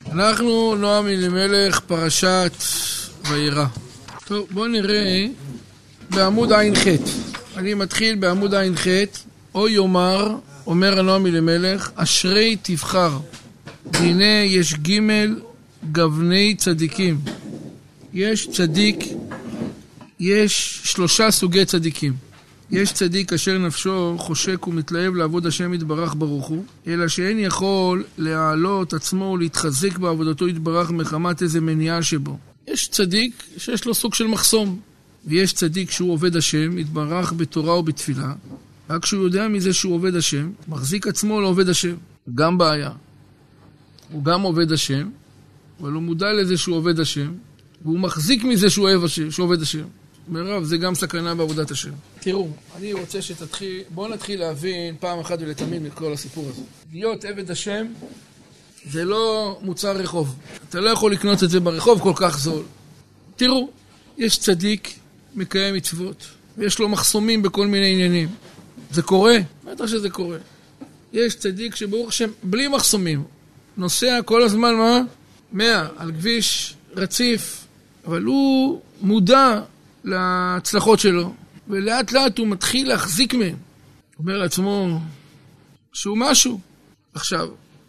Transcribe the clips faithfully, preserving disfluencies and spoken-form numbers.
אנחנו נועם אלימלך, פרשת וירא. טוב, בואו נראה בעמוד עין ח'. אני מתחיל בעמוד עין ח'. או יאמר, אומר הנועם אלימלך, אשרי תבחר, הנה יש ג' גווני צדיקים. יש צדיק, יש שלושה סוגי צדיקים. יש צדיק אשר נפשו חושק ומתלהב לעבוד השם יתברך ברוך הוא, אלא שאין יכול להעלות עצמו ולהתחזק בעבודתו יתברך מחמת איזה מניעה שבו. יש צדיק שיש לו סוג של מחסום, ויש צדיק שהוא עובד השם יתברך בתורה ובתפילה, רק שהוא יודע מזה שהוא עובד השם, מחזיק עצמו לעובד השם. גם בעיה. הוא גם עובד השם, אבל הוא מודע לזה שהוא עובד השם, והוא מחזיק מזה שהוא אוהב השם, שהוא עובד השם. מרב, זה גם סכנה בעבודת השם. תראו, אני רוצה שתתחיל, בואו נתחיל להבין פעם אחת ולתמיד את כל הסיפור הזה. להיות עבד השם זה לא מוצר רחוב. אתה לא יכול לקנות את זה ברחוב כל כך זול. תראו, יש צדיק מקיים מצוות, ויש לו מחסומים בכל מיני עניינים. זה קורה? בטח שזה קורה. יש צדיק שברוך השם בלי מחסומים, נוסע כל הזמן מה? מאה, על כביש רציף, אבל הוא מודע להצלחות שלו, ולאט לאט הוא מתחיל להחזיק מהם. הוא אומר לעצמו שהוא משהו. עכשיו,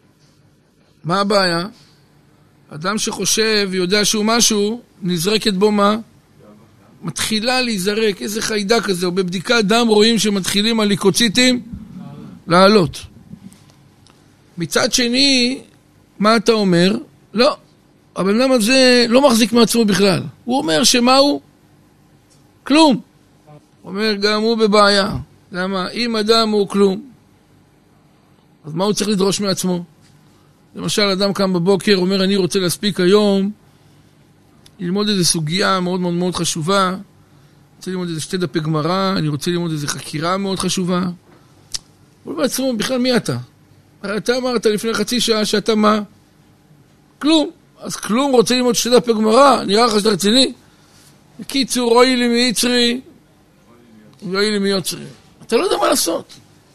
מה הבעיה? אדם שחושב ויודע שהוא משהו, נזרקת בו מה? מתחילה להיזרק, איזה חיידק כזה, או בבדיקת דם רואים שמתחילים הליקוציטים לעלות. מצד שני, מה אתה אומר? לא, אבל למה זה לא מחזיק מעצמו בכלל? הוא אומר שמה הוא? כלום. הוא אומר גם הוא בבעיה. למה? אם אדם הוא כלום, אז מה הוא צריך לדרוש מעצמו? למשל, אדם קם בבוקר, אומר אני רוצה להספיק היום, ללמוד איזו סוגיה מאוד מאוד מאוד חשובה, אני רוצה ללמוד איזה שתי דפי גמרא, אני רוצה ללמוד איזו חקירה מאוד חשובה. הוא אומר בעצמו, בכלל מי אתה? הרי אתה אמרת לפני חצי שעה שאתה מה? כלום. אז כלום רוצה ללמוד שתי דפי גמרא, נראה לך שאתה רציני? בקיצור, רואי לי מיצרי, רואי לי מיוצרי. אתה לא יודע מה לעשות.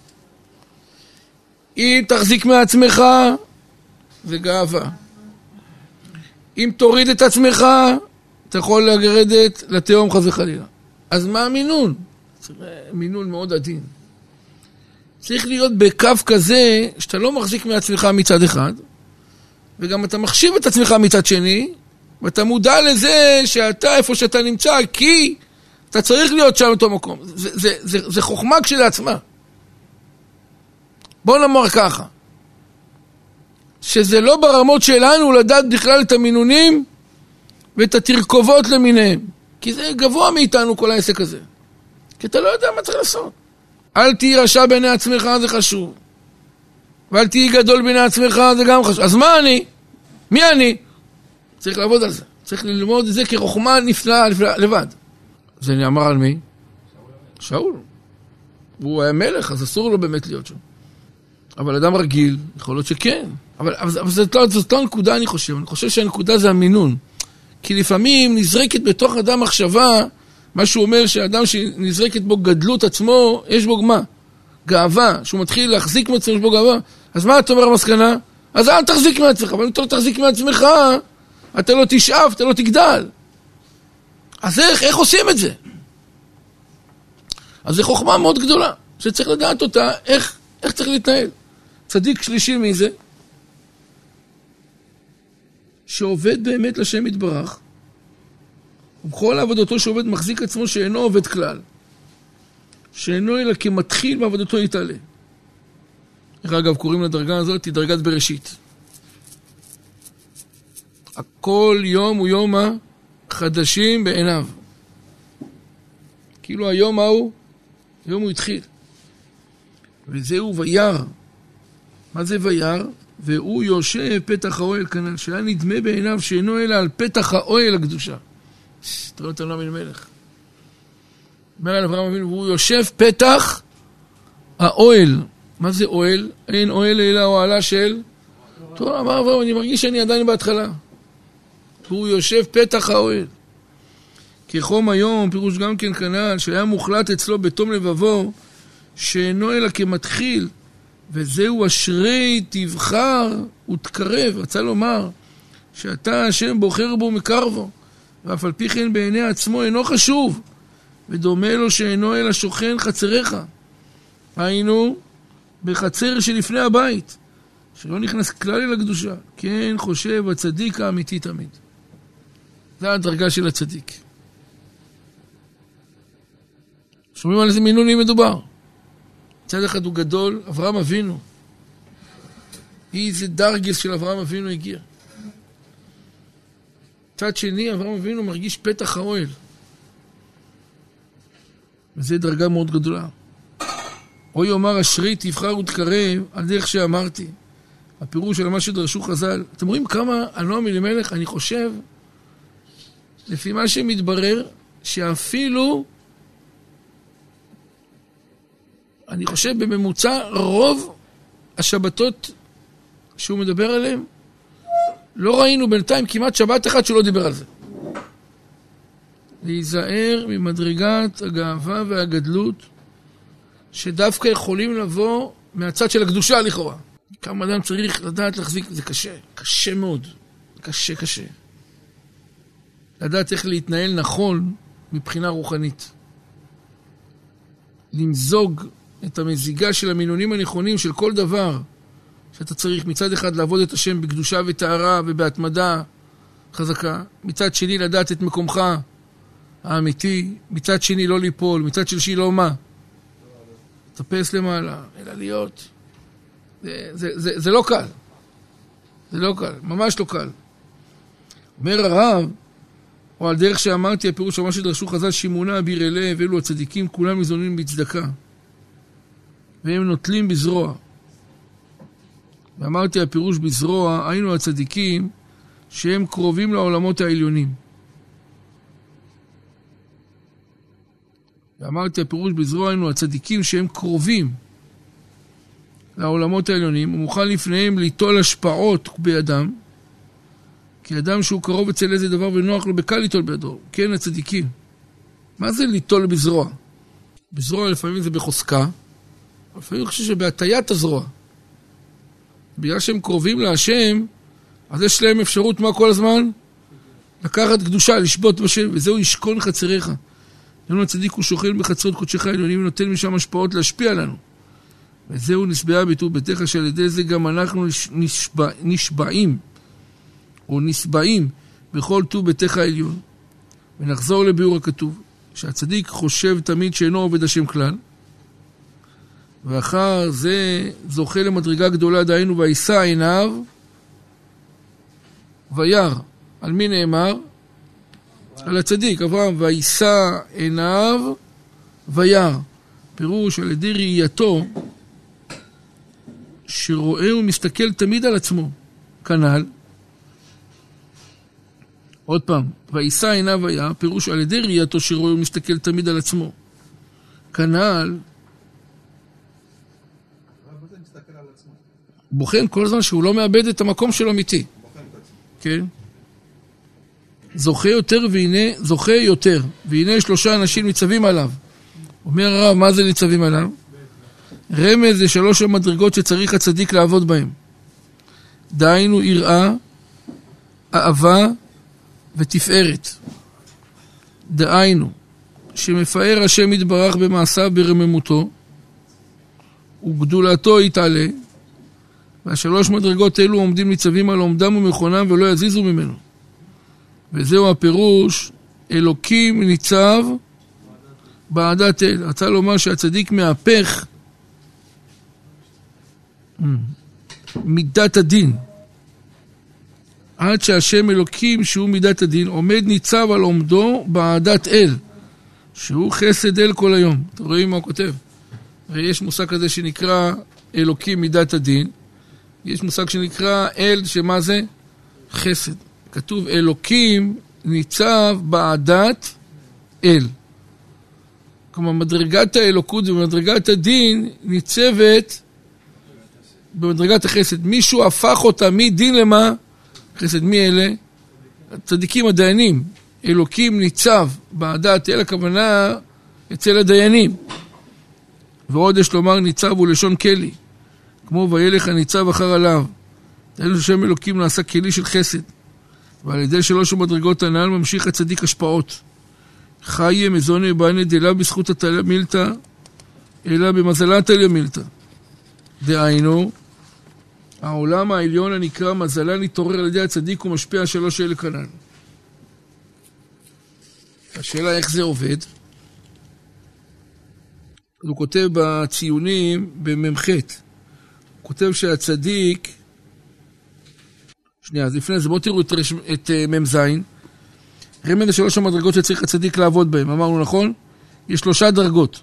אם תחזיק מעצמך, זה גאווה. אם תוריד את עצמך, אתה יכול לרדת לתהום חס וחלילה. אז מה המינון? מינון מאוד עדין. צריך להיות בקו כזה, שאתה לא מחזיק מעצמך מצד אחד, וגם אתה מחשיב את עצמך מצד שני, ואתה מודע לזה שאתה איפה שאתה נמצא, כי אתה צריך להיות שם אותו מקום. זה, זה, זה, זה חוכמה כשלעצמה. בוא נאמר ככה, שזה לא ברמות שלנו לדעת בכלל את המינונים ואת התרכובות למיניהם. כי זה גבוה מאיתנו כל העסק הזה. כי אתה לא יודע מה צריך לעשות. אל תהי רשע בעיני עצמך, זה חשוב. ואל תהי גדול בעיני עצמך, זה גם חשוב. אז מה אני? מי אני? צריך לעבוד על זה. צריך ללמוד את זה כחוכמה נפלאה לבד. זה נאמר על מי? שאול. הוא היה מלך, אז אסור לו באמת להיות שם. אבל אדם רגיל, יכול להיות שכן. אבל, אבל, אבל זאת, לא, זאת לא הנקודה, אני חושב. אני חושב שהנקודה זה המינון. כי לפעמים נזרקת בתוך אדם מחשבה, מה שהוא אומר שאדם שנזרקת בו גדלות עצמו, יש בו מה? גאווה. שהוא מתחיל להחזיק מעצמו, יש בו גאווה. אז מה אתה אומר המסקנה? אז אל תחזיק מעצמך. אבל אם אתה לא תחזיק מעצמך, אתה לא תשאף, אתה לא תגדל. אז איך, איך עושים את זה? אז זו חוכמה מאוד גדולה, שצריך לדעת אותה, איך, איך צריך להתנהל. צדיק שלישי מי זה? שעובד באמת לשם יתברך, ובכל עבודתו שעובד מחזיק עצמו שאינו עובד כלל. שאינו אלא כמתחיל בעבודתו יתעלה. איך אגב קוראים לדרגה הזאת? היא דרגת בראשית. הכל יום הוא יום החדשים בעיניו. כאילו היום ההוא, היום הוא התחיל. וזהו וירא. מה זה וירא? והוא יושב פתח האוהל כנ"ל, שהיה נדמה בעיניו שאינו אלא על פתח האוהל הקדושה. תראו אותנו לא מן מלך. אומר על אברהם אבינו, והוא יושב פתח האוהל. מה זה אוהל? אין אוהל אלא אוהלה של... טוב, אמר אברהם, אני מרגיש שאני עדיין בהתחלה. והוא יושב פתח האוהל. כחום היום, פירוש גם כן כנ"ל, שהיה מוחלט אצלו בתום לבבו, שאינו אלא כמתחיל, וזהו אשרי תבחר ותקרב. רצה לומר שאתה השם בוחר בו מקרבו, ואף על פי כן בעיני עצמו אינו חשוב, ודומה לו שאינו אלא שוכן חצריך. היינו בחצר שלפני הבית, שלא נכנס כלל אל הקדושה. כן חושב הצדיק האמיתי תמיד. זה הדרגה של הצדיק. שומעים על איזה מינונים מדובר. צד אחד הוא גדול, אברהם אבינו. איזה דרגס של אברהם אבינו הגיע. צד שני, אברהם אבינו מרגיש פתח האוהל. וזו דרגה מאוד גדולה. או יאמר אשרי תבחר ותקרב על דרך שאמרתי. הפירוש על מה שדרשו חז"ל. אתם רואים כמה על נועם אלימלך, אני חושב, לפי מה שמתברר, שאפילו, אני חושב בממוצע, רוב השבתות שהוא מדבר עליהן, לא ראינו בינתיים כמעט שבת אחד שהוא לא דיבר על זה. להיזהר ממדרגת הגאווה והגדלות, שדווקא יכולים לבוא מהצד של הקדושה לכאורה. כמה אדם צריך לדעת להחזיק, זה קשה, קשה מאוד, קשה קשה. לדעת איך להתנהל נכון מבחינה רוחנית. למזוג את המזיגה של המינונים הנכונים של כל דבר, שאתה צריך מצד אחד לעבוד את השם בקדושה וטהרה ובהתמדה חזקה, מצד שני לדעת את מקומך האמיתי, מצד שני לא ליפול, מצד שלישי לא מה? תטפס למעלה, אלא להיות. זה, זה, זה, זה לא קל. זה לא קל, ממש לא קל. אומר הרב, או על דרך שאמרתי, הפירוש מה שדרשו חז"ל שימונה, אביר אלה, ואלו הצדיקים, כולם מזונים בצדקה. והם נוטלים בזרוע. ואמרתי, הפירוש בזרוע, היינו הצדיקים, שהם קרובים לעולמות העליונים. ואמרתי, הפירוש בזרוע, היינו הצדיקים, שהם קרובים לעולמות העליונים, ומוכן לפניהם ליטול השפעות בידם, כי אדם שהוא קרוב אצל איזה דבר ונוח לו בקל ליטול בידו. כן, הצדיקים. מה זה ליטול בזרוע? בזרוע לפעמים זה בחוסקה, לפעמים אני חושב שבהטיית הזרוע. בגלל שהם קרובים להשם, אז יש להם אפשרות מה כל הזמן? לקחת קדושה, לשבות בשם, וזהו ישכון חצריך. לנו הצדיק הוא שוכן בחצרות קודשך העליונים, ונותן משם השפעות להשפיע לנו. וזהו נסבעה ביטור ביתך, שעל ידי זה גם אנחנו נשבע, נשבעים, או נסבעים בכל טוב ביתך העליון. ונחזור לביאור הכתוב, שהצדיק חושב תמיד שאינו עובד השם כלל, ואחר זה זוכה למדרגה גדולה, דהיינו וישא עיניו וירא. על מי נאמר? על הצדיק, אברהם, וישא עיניו וירא. פירוש על ידי ראייתו, שרואה ומסתכל תמיד על עצמו, כנ"ל. עוד פעם, וישא עיניו וירא, פירוש על ידי ראייתו שרואה ומסתכל תמיד על עצמו, כנ"ל. בוחן כל הזמן שהוא לא מאבד את המקום שלו אמיתי. כן? זוכה יותר והנה, זוכה יותר. והנה שלושה אנשים ניצבים עליו. אומר הרב, מה זה ניצבים עליו? רמז זה שלוש המדרגות שצריך הצדיק לעבוד בהם. דהיינו יראה, אהבה ותפארת. דהיינו, שמפאר השם יתברך במעשיו ברממותו, וגדולתו יתעלה, והשלוש מדרגות אלו עומדים ניצבים על עומדם ומכונם ולא יזיזו ממנו. וזהו הפירוש, אלוקים ניצב בעדת אל. רצה לומר שהצדיק מהפך מידת הדין. עד שהשם אלוקים שהוא מידת הדין עומד ניצב על עומדו בעדת אל. שהוא חסד אל כל היום. אתם רואים מה הוא כותב? ויש מושג כזה שנקרא אלוקים מידת הדין. יש מושג שנקרא אל, שמה זה? חסד. כתוב אלוקים ניצב בעדת אל. כלומר, מדרגת האלוקות ומדרגת הדין ניצבת במדרגת החסד. מישהו הפך אותה מדין למה? חסד. מי אלה? הצדיקים הדיינים. אלוקים ניצב בעדת אל, הכוונה אצל הדיינים. ועוד יש לומר ניצב הוא לשון כלי. כמו וילך הניצב אחר עליו. אלו שם אלוקים נעשה כלי של חסד. ועל ידי שלוש המדרגות הנ"ל ממשיך הצדיק השפעות. חי מזוני בנה דלה בזכות התליה מילתא, אלא במזלה תליה מילתא. דהיינו, העולם העליון הנקרא מזלה נתעורר על ידי הצדיק ומשפיע שלוש אלה כנ"ל. השאלה איך זה עובד? הוא כותב בציונים במ"ח. הוא כותב שהצדיק, שנייה, אז לפני זה בואו תראו את, את uh, מ"ז. רמז שלוש המדרגות שצריך הצדיק לעבוד בהם. אמרנו נכון? יש שלושה דרגות.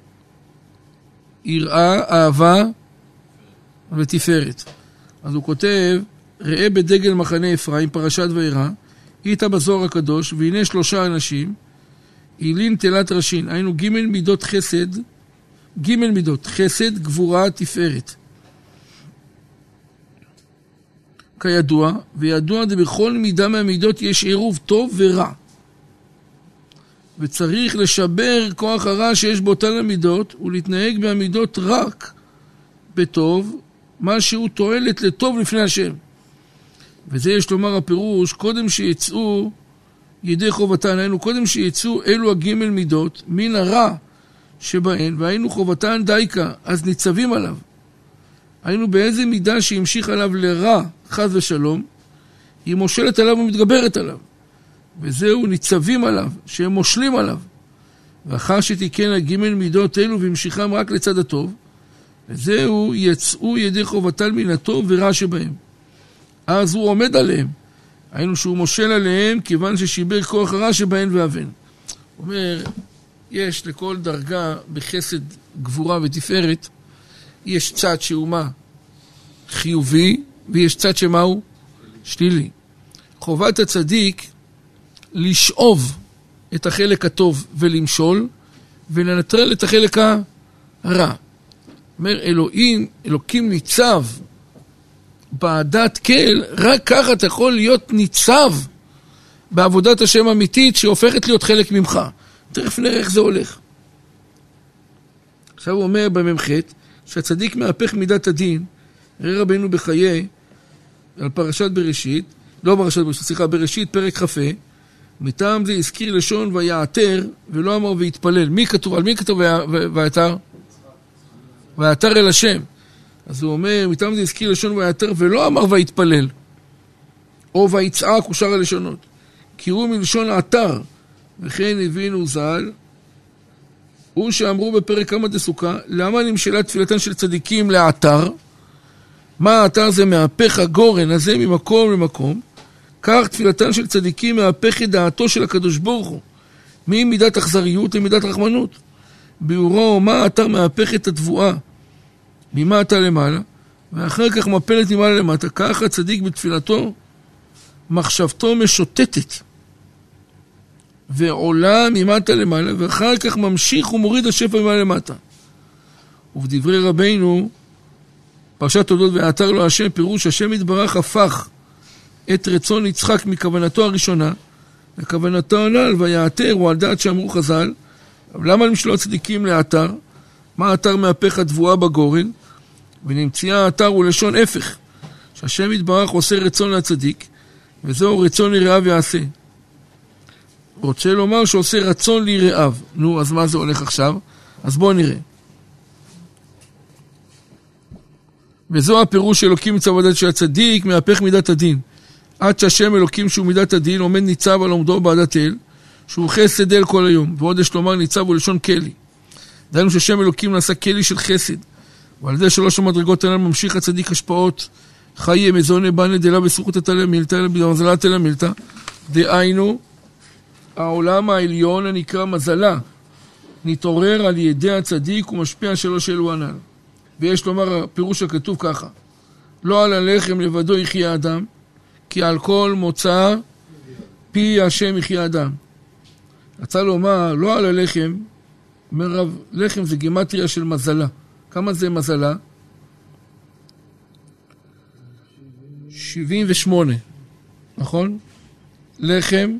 יראה, אהבה ותפארת. אז הוא כותב, ראה בדגל מחנה אפרים, פרשת וירא, איתה בזוהר הקדוש, והנה שלושה אנשים, אילין תלת ראשין, היינו ג' מידות חסד, ג' מידות חסד, גבורה, תפארת. כידוע, וידוע שבכל מידה מהמידות יש עירוב טוב ורע. וצריך לשבר כוח הרע שיש באותן המידות, ולהתנהג מהמידות רק בטוב, מה שהוא תועלת לטוב לפני השם. וזה יש לומר הפירוש, קודם שיצאו ידי חובתן, היינו קודם שיצאו אלו הגימל מידות, מן הרע שבהן, והיינו חובתן דייקה, אז ניצבים עליו. היינו באיזה מידה שהמשיך עליו לרע, חס ושלום, היא מושלת עליו ומתגברת עליו. וזהו ניצבים עליו, שהם מושלים עליו. ואחר שתיקן הגימל מידות אלו והמשיכם רק לצד הטוב, וזהו יצאו ידי חובתן מן הטוב ורע שבהם. אז הוא עומד עליהם. היינו שהוא מושל עליהם כיוון ששיבר כוח הרע שבהן ואבן. הוא אומר, יש לכל דרגה בחסד, גבורה ותפארת, יש צד שהוא מה? חיובי, ויש צד שמה הוא? שלילי. חובת הצדיק לשאוב את החלק הטוב ולמשול, ולנטרל את החלק הרע. אומר, אלוהים, אלוקים ניצב בעדת כל, רק ככה אתה יכול להיות ניצב בעבודת השם אמיתית שהופכת להיות חלק ממך. תכף נראה איך זה הולך. עכשיו הוא אומר במ"ח שהצדיק מהפך מידת הדין, ראה רבנו בחיי, על פרשת בראשית, לא פרשת בראשית, סליחה, בראשית פרק כ"ה, מטעם זה הזכיר לשון ויעתר, ולא אמר ויתפלל. מי כתוב? על מי כתוב ויעתר? ויעתר אל השם. אז הוא אומר, מטעם זה הזכיר לשון ויעתר, ולא אמר ויתפלל. או ויצעק, הוא שר הלשונות. כי הוא מלשון עתר, וכן הבינו ז"ל, הוא שאמרו בפרק כמה דסוכה, למה נמשלה תפילתן של צדיקים לעתר? מה העתר זה? מהפך הגורן הזה ממקום למקום. כך תפילתן של צדיקים מהפך את דעתו של הקדוש ברוך הוא, ממידת אכזריות למידת רחמנות. ביאורו, מה העתר מהפך את התבואה ממטה למעלה, ואחר כך מפלת ממעלה למטה. כך הצדיק בתפילתו, מחשבתו משוטטת, ועולה ממטה למעלה, ואחר כך ממשיך ומוריד השפע ממעלה למטה. ובדברי רבינו, פרשת תולדות ויעתר לו השם, פירוש השם יתברך הפך את רצון יצחק מכוונתו הראשונה, לכוונתו הנ"ל, ויעתר הוא על דעת שאמרו חז"ל. אבל למה נמשלו הצדיקים לעתר? מה העתר מהפך התבואה בגורן? ונמצאה העתר הוא לשון הפך, שהשם יתברך עושה רצון לצדיק, וזהו רצון ליראיו יעשה. רוצה לומר שעושה רצון ליראיו. נו, אז מה זה הולך עכשיו? אז בואו נראה. וזו הפירוש אלוקים מצב הדת של הצדיק, מהפך מידת הדין. עד שהשם אלוקים שהוא מידת הדין, עומד ניצב על עומדו בעדת אל, שהוא חסד אל כל היום. ועוד יש לומר ניצב הוא לשון כלי. דהיינו שהשם אלוקים נעשה כלי של חסד. ועל ידי שלוש המדרגות האלה ממשיך הצדיק השפעות, חיי מזוני בנה דלה בסוכות התלה מילתא, אלא במזלה תלה מילתא. דהיינו, העולם העליון הנקרא מזלה, נתעורר על ידי הצדיק ומשפיע שלוש אלו הנ"ל. ויש לומר הפירוש הכתוב ככה, לא על הלחם לבדו יחיה אדם, כי על כל מוצא פי השם יחיה אדם. רצה לומר, לא על הלחם, אומר רב, לחם זה גימטריה של מזלה. כמה זה מזלה? שבעים ושמונה, נכון? לחם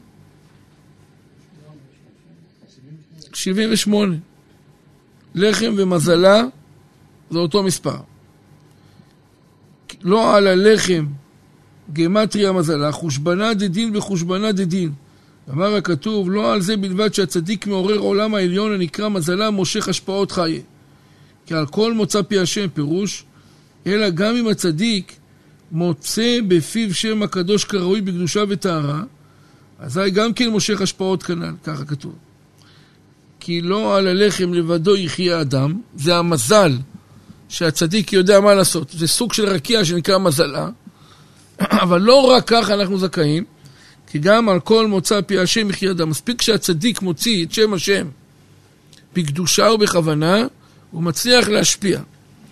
שבעים ושמונה. לחם ומזלה זה אותו מספר. לא על הלחם גמטריה מזלה, חושבנה דדין וחושבנה דדין. אמר הכתוב, לא על זה בלבד שהצדיק מעורר עולם העליון הנקרא מזלה מושך השפעות חיי. כי על כל מוצא פי השם פירוש, אלא גם אם הצדיק מוצא בפיו שם הקדוש כראוי בקדושה וטהרה, אזי גם כן מושך השפעות כנ"ל, ככה כתוב. כי לא על הלחם לבדו יחיה אדם, זה המזל שהצדיק יודע מה לעשות. זה סוג של רקיע שנקרא מזלה, אבל לא רק כך אנחנו זכאים, כי גם על כל מוצא פי השם יחיה אדם. מספיק שהצדיק מוציא את שם השם בקדושה ובכוונה, הוא מצליח להשפיע.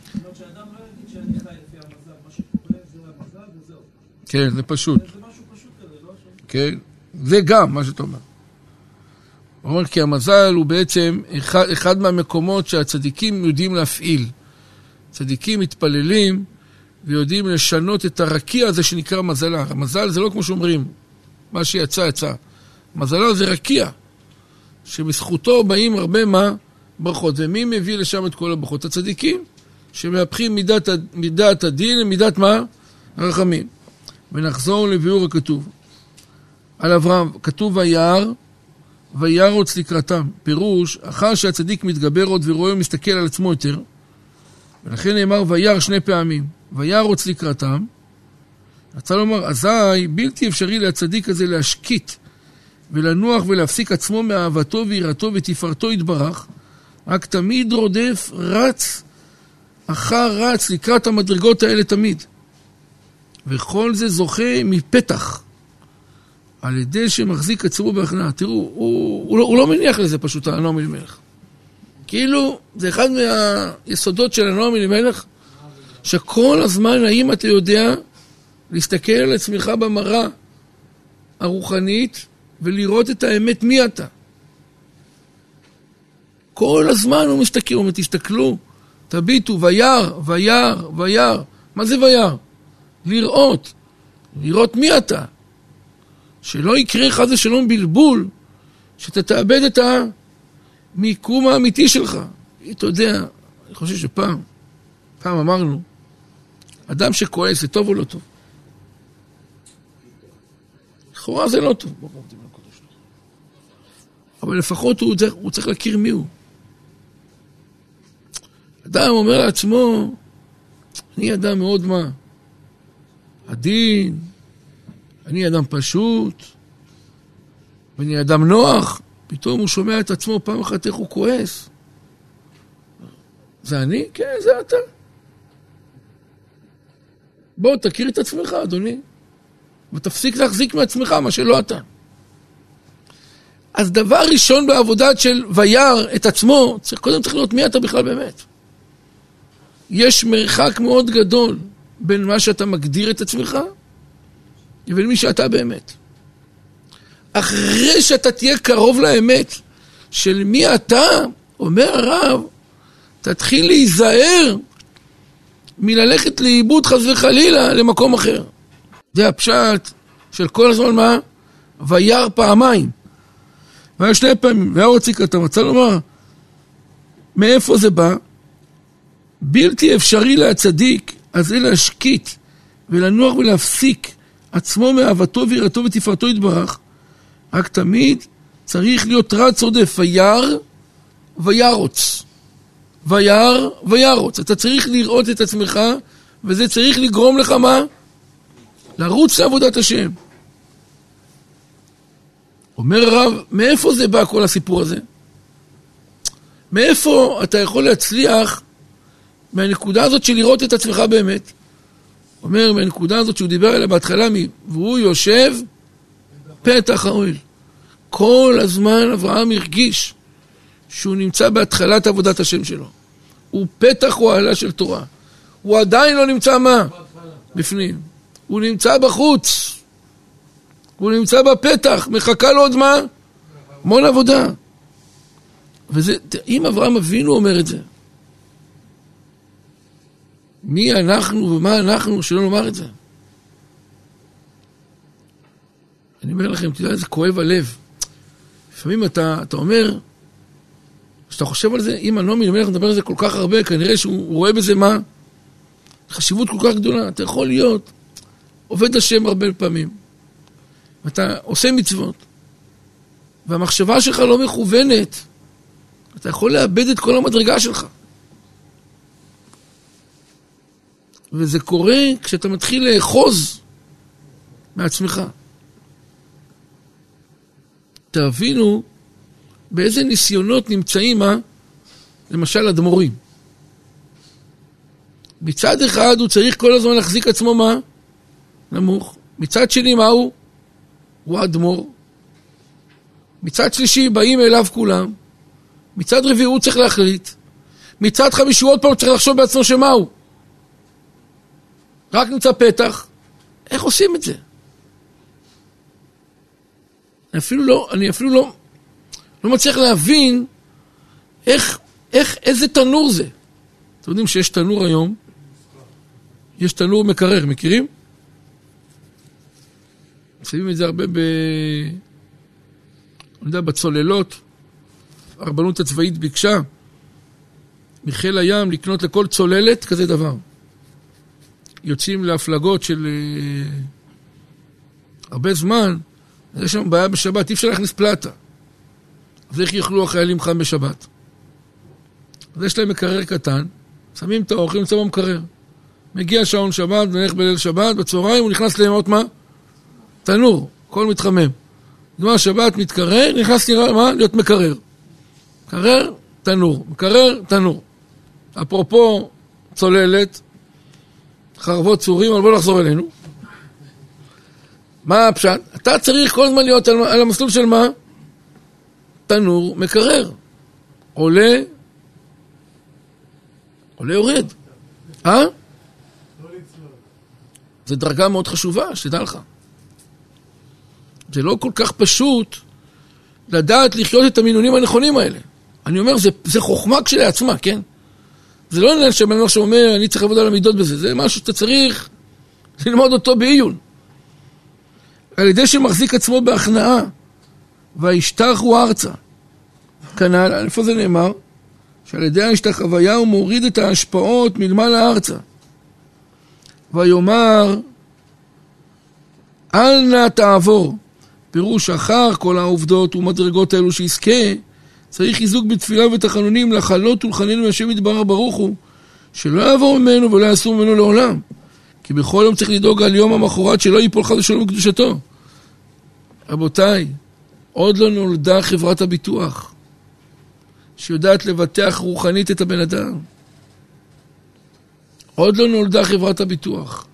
כן, זה פשוט. זה משהו פשוט כזה, לא? כן, זה גם מה שאתה אומר. הוא אומר, כי המזל הוא בעצם אחד, אחד מהמקומות שהצדיקים יודעים להפעיל. צדיקים מתפללים ויודעים לשנות את הרקיע הזה שנקרא מזלה. המזל זה לא כמו שאומרים, מה שיצא יצא. מזלה זה רקיע, שבזכותו באים הרבה מה? ברכות. ומי מביא לשם את כל הברכות? הצדיקים, שמהפכים מידת, מידת הדין למידת מה? הרחמים. ונחזור לביאור הכתוב. על אברהם, כתוב וירא, וירוץ לקראתם. פירוש, אחר שהצדיק מתגבר עוד ורואה ומסתכל על עצמו יותר, ולכן נאמר וירא שני פעמים. וירוץ לקראתם, רצה לומר, אזי בלתי אפשרי לצדיק הזה להשקיט, ולנוח ולהפסיק עצמו מאהבתו ויראתו ותפארתו יתברך, רק תמיד רודף, רץ, אחר רץ לקראת המדרגות האלה תמיד. וכל זה זוכה מפתח, על ידי שמחזיק עצמו בהכנעה. תראו, הוא, הוא, לא, הוא לא מניח לזה פשוט, הנועם אלימלך. כאילו, זה אחד מהיסודות של הנועם אלימלך, שכל הזמן, האם אתה יודע להסתכל על עצמך במראה הרוחנית, ולראות את האמת מי אתה. כל הזמן הוא מסתכל, הוא אומר, תסתכלו, תביטו, וירא, וירא, וירא. מה זה וירא? לראות, לראות מי אתה. שלא יקרה חס ושלום בלבול, שאתה תאבד את המיקום האמיתי שלך. אתה יודע, אני חושב שפעם, פעם אמרנו, אדם שכועס זה טוב או לא טוב? לכאורה זה לא טוב. אבל לפחות הוא צריך, הוא צריך להכיר מי הוא. אדם אומר לעצמו, אני אדם מאוד מה? עדין, אני אדם פשוט, ואני אדם נוח. פתאום הוא שומע את עצמו פעם אחת איך הוא כועס. זה אני? כן, זה אתה. בוא, תכיר את עצמך, אדוני. ותפסיק להחזיק מעצמך מה שלא אתה. אז דבר ראשון בעבודת של וירא את עצמו, צריך, קודם צריך לראות מי אתה בכלל באמת. יש מרחק מאוד גדול בין מה שאתה מגדיר את עצמך, לבין מי שאתה באמת. אחרי שאתה תהיה קרוב לאמת של מי אתה, אומר הרב, תתחיל להיזהר מללכת לאיבוד חס וחלילה למקום אחר. זה הפשט של כל הזמן מה? וירא פעמיים. והיה שני פעמים, והיה רוצה אתה מצא לומר, מאיפה זה בא? בלתי אפשרי להצדיק, אז זה להשקיט ולנוח ולהפסיק עצמו מאהבתו ויראתו ותפארתו יתברך. רק תמיד צריך להיות רץ עודף, וירא וירוץ. וירא וירוץ. אתה צריך לראות את עצמך, וזה צריך לגרום לך מה? לרוץ לעבודת השם. אומר הרב, מאיפה זה בא כל הסיפור הזה? מאיפה אתה יכול להצליח מהנקודה הזאת של לראות את עצמך באמת? אומר, מהנקודה הזאת שהוא דיבר עליה בהתחלה, והוא יושב פתח האוהל. כל הזמן אברהם הרגיש שהוא נמצא בהתחלת עבודת השם שלו. הוא פתח אוהלה של תורה. הוא עדיין לא נמצא מה? בפנים. הוא נמצא בחוץ. הוא נמצא בפתח. מחכה לו עוד מה? המון עבודה. וזה, אם אברהם אבינו אומר את זה, מי אנחנו ומה אנחנו שלא נאמר את זה? אני אומר לכם, תדע, זה כואב הלב. לפעמים אתה, אתה אומר, כשאתה חושב על זה, אם הנועם אלימלך מדבר על זה כל כך הרבה, כנראה שהוא רואה בזה מה? חשיבות כל כך גדולה. אתה יכול להיות עובד השם הרבה פעמים, ואתה עושה מצוות, והמחשבה שלך לא מכוונת, אתה יכול לאבד את כל המדרגה שלך. וזה קורה כשאתה מתחיל לאחוז מעצמך. תבינו באיזה ניסיונות נמצאים, מה? למשל אדמו"רים. מצד אחד הוא צריך כל הזמן להחזיק עצמו מה? נמוך. מצד שני מה הוא? הוא אדמו"ר. מצד שלישי באים אליו כולם. מצד רביעי הוא צריך להחליט. מצד חמישי עוד פעם צריך לחשוב בעצמו שמה הוא. רק נמצא פתח. איך עושים את זה? אני אפילו לא, אני אפילו לא, לא מצליח להבין איך, איך, איזה תנור זה. אתם יודעים שיש תנור היום? יש תנור מקרר, מכירים? שמים את זה הרבה ב... אני יודע, בצוללות. הרבנות הצבאית ביקשה מחיל הים לקנות לכל צוללת כזה דבר. יוצאים להפלגות של uh, הרבה זמן, יש שם בעיה בשבת, אי אפשר להכניס פלטה. אז איך יאכלו החיילים חם בשבת? אז יש להם מקרר קטן, שמים את האוכל, נמצא במקרר. מגיע שעון שבת, נלך בליל שבת, בצהריים הוא נכנס לימות מה? תנור, הכל מתחמם. נגמר שבת, מתקרר, נכנס נראה, מה? להיות מקרר. מקרר, תנור. מקרר, תנור. אפרופו צוללת, חרבות צורים, אבל בוא נחזור אלינו. מה הפשט? אתה צריך כל הזמן להיות על, על המסלול של מה? תנור, מקרר. עולה, עולה יורד. אה? זה דרגה מאוד חשובה, שתדע לך. זה לא כל כך פשוט לדעת לחיות את המינונים הנכונים האלה. אני אומר, זה, זה חוכמה כשלעצמה, כן? זה לא עניין שבן אדם שאומר, אני צריך לעבוד על המידות בזה. זה משהו שאתה צריך ללמוד אותו בעיון. על ידי שמחזיק עצמו בהכנעה, והשתחו ארצה. כנ"ל, איפה זה נאמר? שעל ידי ההשתחוויה הוא מוריד את ההשפעות מלמעלה ארצה. ויאמר, אל נא תעבור. פירוש אחר כל העובדות ומדרגות האלו שיזכה, צריך חיזוק בתפילה ותחנונים לחלות ולחנן מהשם יתברך ברוך הוא, שלא יעבור ממנו ולא יסור ממנו לעולם. כי בכל יום צריך לדאוג על יום המחרת שלא ייפול חס ושלום בקדושתו. רבותיי, עוד לא נולדה חברת הביטוח שיודעת לבטח רוחנית את הבן אדם. עוד לא נולדה חברת הביטוח.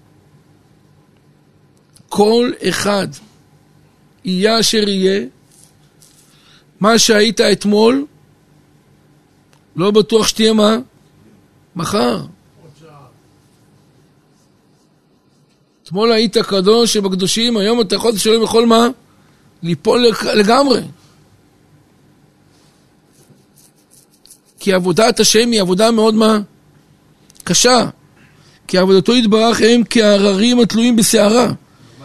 כל אחד יהיה אשר יהיה, מה שהיית אתמול, לא בטוח שתהיה מה? מחר. אתמול היית קדוש שבקדושים, היום אתה יכול לשלם בכל מה? ליפול לגמרי. כי עבודת השם היא עבודה מאוד מה? קשה. כי עבודתו יתברך הם כהררים התלויים בסערה.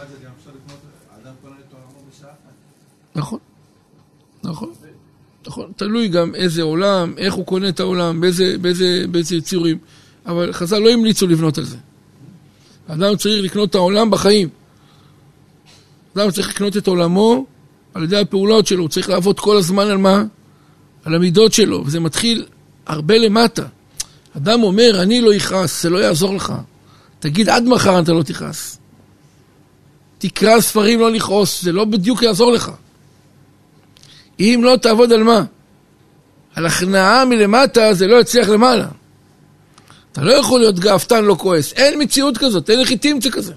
נכון, נכון, נכון. תלוי גם איזה עולם, איך הוא קונה את העולם, באיזה, באיזה, באיזה יצירים. אבל חז"ל לא המליצו לבנות על זה. האדם צריך לקנות את העולם בחיים. האדם צריך לקנות את עולמו על ידי הפעולות שלו. הוא צריך לעבוד כל הזמן על מה? על המידות שלו. וזה מתחיל הרבה למטה. אדם אומר, אני לא יכעס, זה לא יעזור לך. תגיד, עד מחר אתה לא תכעס. תקרא ספרים לא לכעוס, זה לא בדיוק יעזור לך. אם לא תעבוד על מה? על הכנעה מלמטה, זה לא יצליח למעלה. אתה לא יכול להיות גאוותן לא כועס. אין מציאות כזאת, אין לחיתימציה כזה.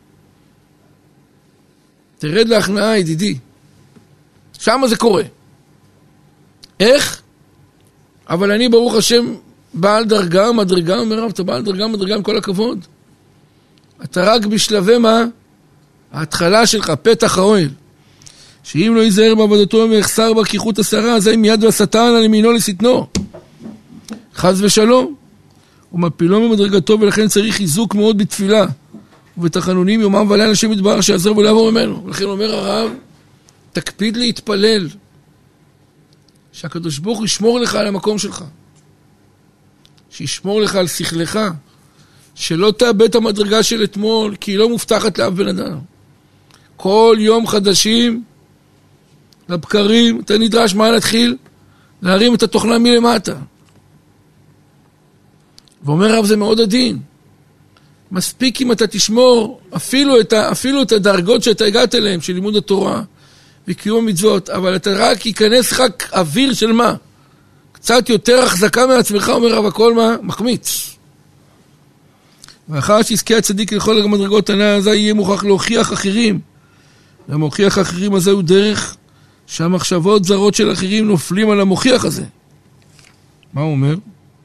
תרד להכנעה, ידידי. שם זה קורה. איך? אבל אני ברוך השם בעל דרגה, מדרגה, אומר רב, אתה בעל דרגה, מדרגה עם כל הכבוד. אתה רק בשלבי מה? ההתחלה שלך, פתח האוהל. שאם לא ייזהר בעבודתו ויחסר בה כיחות השרה, אז מיד והשטן על ימינו לשטנו. חס ושלום. הוא מפילו ממדרגתו, ולכן צריך חיזוק מאוד בתפילה. ובתחנונים יומם ולילה השם יתברך שיעזר ולעבור ממנו. ולכן אומר הרב, תקפיד להתפלל. שהקדוש ברוך הוא ישמור לך על המקום שלך. שישמור לך על שכלך. שלא תאבד את המדרגה של אתמול, כי היא לא מובטחת לאף בן אדם. כל יום חדשים, לבקרים, אתה נדרש מה להתחיל? להרים את התוכנה מלמטה. ואומר רב, זה מאוד עדין. מספיק אם אתה תשמור אפילו את, ה, אפילו את הדרגות שאתה הגעת אליהם, של לימוד התורה וקיום המצוות, אבל אתה רק ייכנס רק אוויר של מה? קצת יותר החזקה מעצמך, אומר רב, הכל מה? מחמיץ. ואחר שיזכה הצדיק לכל המדרגות הנ"ל, הזה יהיה מוכרח להוכיח אחרים. והמוכיח אחרים הזה הוא דרך שהמחשבות זרות של אחרים נופלים על המוכיח הזה. מה הוא אומר?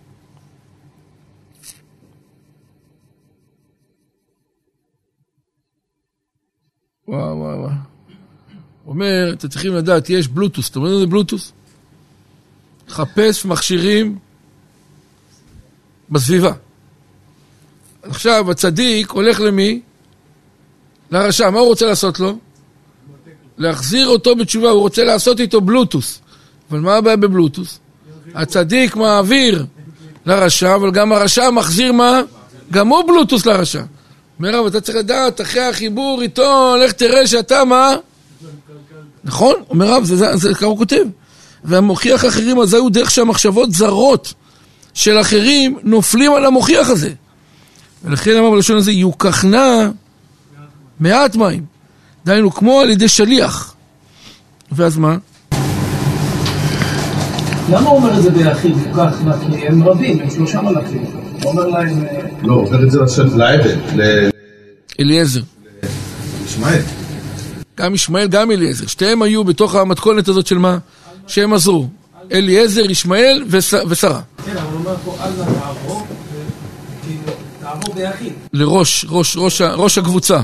וואו וואו וואו. הוא אומר, אתם צריכים לדעת, יש בלוטוס. אתה אומר את זה בלוטוס? חפש מכשירים בסביבה. עכשיו הצדיק הולך למי? לרשע. מה הוא רוצה לעשות לו? להחזיר אותו בתשובה. הוא רוצה לעשות איתו בלוטוס. אבל מה הבעיה בבלוטוס? הצדיק מעביר לרשע, אבל גם הרשע מחזיר מה? גם הוא בלוטוס לרשע. אומר רב, אתה צריך לדעת, אחרי החיבור איתו, לך תראה שאתה מה? נכון? אומר רב, זה, זה, זה ככה הוא כותב. והמוכיח אחרים הזה הוא דרך שהמחשבות זרות של אחרים נופלים על המוכיח הזה. ולכן אמר בלשון הזה, יוקחנה מעט מים. דיינו, כמו על ידי שליח. ואז מה? למה הוא אומר את זה ביחיד? יוקחנה, כי הם רבים, הם שלושה מלאכים. הוא אומר להם... לא, הוא אומר את זה לעבד, אליעזר. ישמעאל. גם ישמעאל, גם אליעזר. שתיהם היו בתוך המתכונת הזאת של מה? שהם עזרו. אליעזר, ישמעאל ושרה. כן, אבל הוא אומר פה, אל תעבור, תעבור ביחיד. לראש, ראש, ראש, ראש הקבוצה.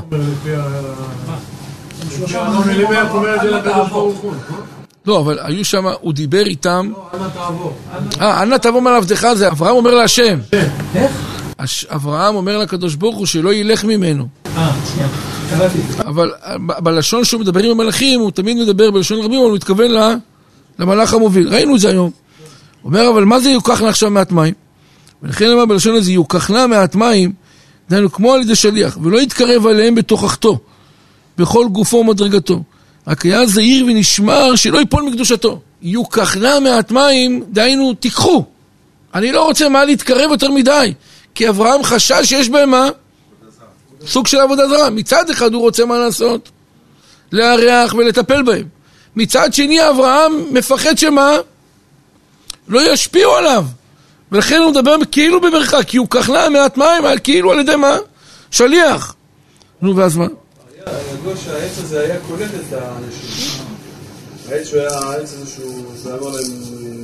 לא, אבל היו שם, הוא דיבר איתם. לא, אנא תעבור. אה, אנא תעבור מעבדך, זה אברהם אומר להשם. איך? אברהם אומר לקדוש ברוך הוא שלא ילך ממנו. אה, שנייה. אבל בלשון שהוא מדבר עם המלאכים, הוא תמיד מדבר בלשון רבים, אבל הוא מתכוון למלאך המוביל. ראינו את זה היום. הוא אומר, אבל מה זה יוקחנה עכשיו מעט מים? ולכן אמר בלשון הזה, יוקחנה מעט מים, דיינו כמו על ידי שליח, ולא יתקרב עליהם בתוכחתו, בכל גופו ומדרגתו. רק היה זהיר ונשמר שלא ייפול מקדושתו. יוקחנה מעט מים, דיינו, תיקחו. אני לא רוצה מה להתקרב יותר מדי, כי אברהם חשש שיש בהם מה? סוג של עבודה זרה. מצד אחד הוא רוצה מה לעשות? להריח ולטפל בהם. מצד שני אברהם מפחד שמה? לא ישפיעו עליו. ולכן הוא מדבר כאילו במרחק, כי הוא כחנה מעט מים, כאילו על ידי מה? שליח. נו, ואז מה? היה ידוע שהעץ הזה היה קולט את האנשים. העץ שהוא היה, העץ הזה שהוא, זה אמר להם,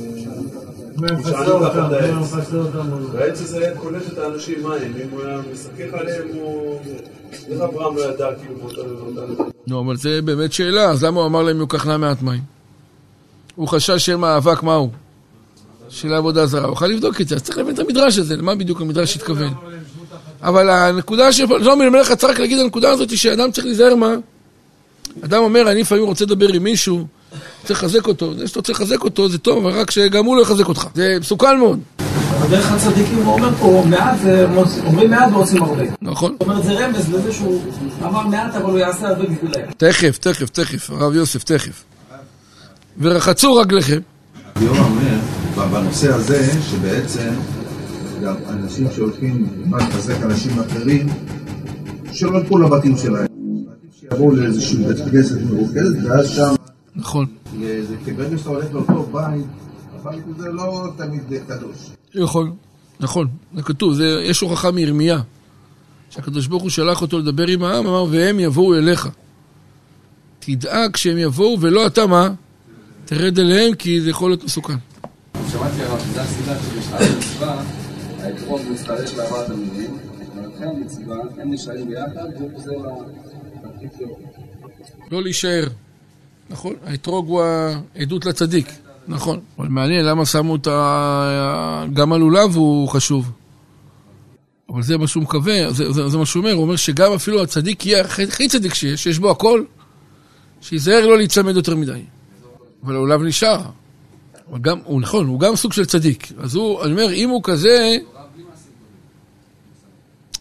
והעץ הזה היה קולט את האנשים מים, אם הוא היה משחק עליהם, איך אברהם לא ידע כאילו באותה... נו, אבל זה באמת שאלה, אז למה הוא אמר להם הוא כחנה מעט מים? הוא חשש שהם האבק מהו? של העבודה זרה, הוא יכול לבדוק את זה, אז צריך להבין את המדרש הזה, למה בדיוק המדרש התכוון? אבל הנקודה ש... לא, מלמלך צריך להגיד הנקודה הזאת שאדם צריך להיזהר מה? אדם אומר, אני לפעמים רוצה לדבר עם מישהו, צריך לחזק אותו, זה שאתה צריך לחזק אותו זה טוב, אבל רק שגם הוא לא יחזק אותך, זה מסוכן מאוד. דרך הצדיקים הוא אומר פה, מעט, אומרים מעט ועושים הרבה. נכון. זאת אומרת, זה רמז לזה שהוא אמר מעט, אבל הוא יעשה הרבה בשבילם. תכף, תכף, תכף, הרב יוסף, תכף. ורחצו רגליכם. יום אומר, בנושא הזה, שבעצם גם אנשים שהולכים לחזק אנשים אחרים, שלא ילכו לבתים שלהם. שיבואו לאיזשהו בית כנסת מרוכזת, ואז שם... נכון. זה כברגע שאתה הולך לאותו בית, הבית הזה לא תמיד קדוש. נכון, נכון, זה כתוב, זה, יש הוכחה מירמיה, שהקדוש ברוך הוא שלח אותו לדבר עם העם, אמר, והם יבואו אליך. תדאג שהם יבואו, ולא אתה מה? תרד אליהם, כי זה יכול להיות מסוכן. שמעתי הרב, זה הסיבה שבשעת המצווה, האתרוג מצטרש לארבעת המינים, ולכן המצווה, הם נשארים ביחד, והוא חוזר לתפקיד. לא להישאר. נכון, האתרוג הוא העדות לצדיק. נכון, אבל מעניין למה שמו את ה... גם הלולב הוא חשוב. אבל זה מה שהוא מקווה, זה, זה, זה מה שהוא אומר, הוא אומר שגם אפילו הצדיק יהיה הכי צדיק שיש, שיש בו הכל, שיזהר לא להצמד יותר מדי. אבל הלולב נשאר. אבל גם, הוא נכון, הוא גם סוג של צדיק. אז הוא, אני אומר, אם הוא כזה...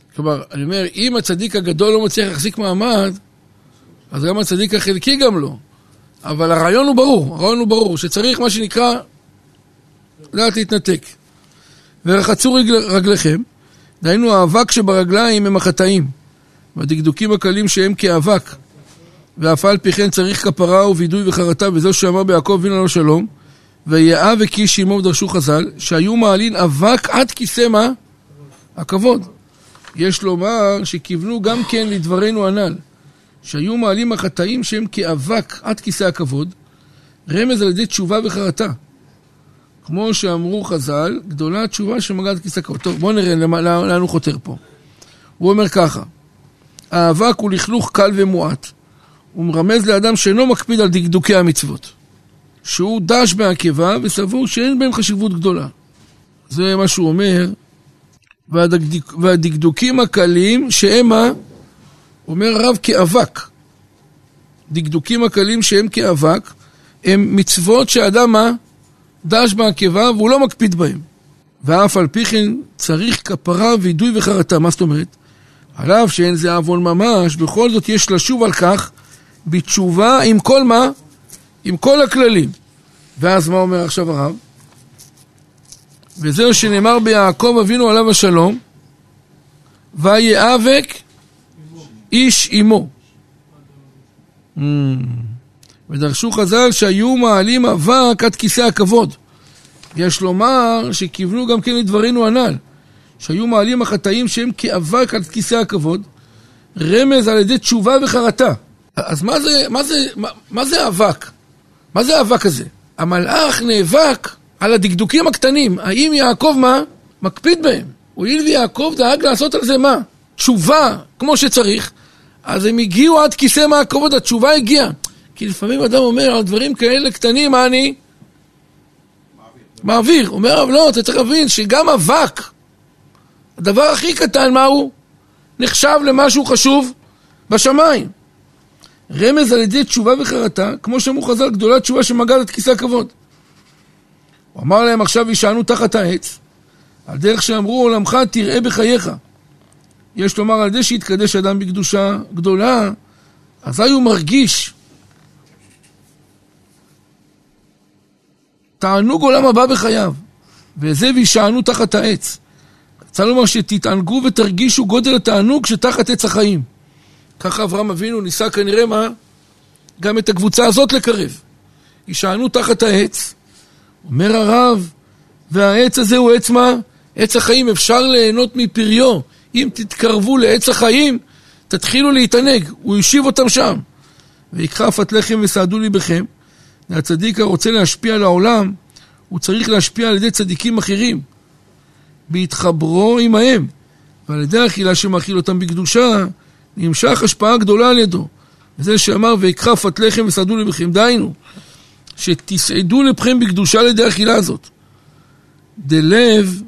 כלומר, אני אומר, אם הצדיק הגדול לא מצליח להחזיק מעמד, אז גם הצדיק החלקי גם לא. אבל הרעיון הוא ברור, הרעיון הוא ברור, שצריך מה שנקרא, לדעת להתנתק. ורחצו רגל, רגליכם, דהיינו האבק שברגליים הם החטאים, והדקדוקים הקלים שהם כאבק, ואף על פי כן צריך כפרה ווידוי וחרטה, וזהו שאמר ביעקב אבינו עליו שלום, ויאה וכיש עמו דרשו חז"ל, שהיו מעלין אבק עד כיסא מה? הכבוד. יש לומר שכיוונו גם כן לדברנו הנ"ל, שהיו מעלים החטאים שהם כאבק עד כיסא הכבוד, רמז על ידי תשובה וחרטה. כמו שאמרו חז"ל, גדולה התשובה שמגעה עד כיסא הכבוד. טוב, בואו נראה לאן הוא חותר פה. הוא אומר ככה, האבק הוא לכלוך קל ומועט, הוא מרמז לאדם שאינו מקפיד על דקדוקי המצוות, שהוא דש בעקבה וסבור שאין בהם חשיבות גדולה. זה מה שהוא אומר, והדקדוק, והדקדוקים הקלים שהם מה? אומר הרב כאבק. דקדוקים הקלים שהם כאבק, הם מצוות שהאדם מה? דש בעקבה והוא לא מקפיד בהם. ואף על פי כן צריך כפרה וידוי וחרטה. מה זאת אומרת? עליו שאין זה עוון ממש, בכל זאת יש לשוב על כך בתשובה עם כל מה? עם כל הכללים. ואז מה אומר עכשיו הרב? וזהו שנאמר ביעקב אבינו עליו השלום, ויאבק איש עמו. Mm. ודרשו חז"ל שהיו מעלים אבק עד כיסא הכבוד. יש לומר שכיוונו גם כן לדברנו הנ"ל, שהיו מעלים החטאים שהם כאבק עד כיסא הכבוד, רמז על ידי תשובה וחרטה. אז מה זה, מה זה, מה, מה זה האבק? מה זה האבק הזה? המלאך נאבק על הדקדוקים הקטנים. האם יעקב מה? מקפיד בהם. הואיל ויעקב דאג לעשות על זה מה? תשובה, כמו שצריך. אז הם הגיעו עד כיסא מהכבוד, התשובה הגיעה. כי לפעמים אדם אומר על דברים כאלה קטנים, מה אני? מעביר. מעביר. אומר, אבל לא, אתה צריך להבין שגם אבק, הדבר הכי קטן, מה הוא? נחשב למשהו חשוב בשמיים. רמז על ידי תשובה וחרטה, כמו שאמרו חז"ל, גדולה תשובה שמגעת את כיסא הכבוד. הוא אמר להם עכשיו ישענו תחת העץ, על דרך שאמרו עולמך תראה בחייך. יש לומר על זה שהתקדש אדם בקדושה גדולה, אזי הוא מרגיש תענוג עולם הבא בחייו, וזה וישענו תחת העץ. רוצה לומר שתתענגו ותרגישו גודל התענוג שתחת עץ החיים. ככה אברהם אבינו ניסה כנראה מה? גם את הקבוצה הזאת לקרב. ישענו תחת העץ, אומר הרב, והעץ הזה הוא עץ מה? עץ החיים, אפשר ליהנות מפריו. אם תתקרבו לעץ החיים, תתחילו להתענג. הוא ישיב אותם שם. ויקחה פת לחם וסעדו ליבכם. והצדיק הרוצה להשפיע על העולם, הוא צריך להשפיע על ידי צדיקים אחרים. בהתחברו עמהם. ועל ידי האכילה שמאכיל אותם בקדושה, נמשך השפעה גדולה על ידו. וזה שאמר, ויקחה פת לחם וסעדו ליבכם. דיינו, שתסעדו לבכם בקדושה על ידי האכילה הזאת. דלב,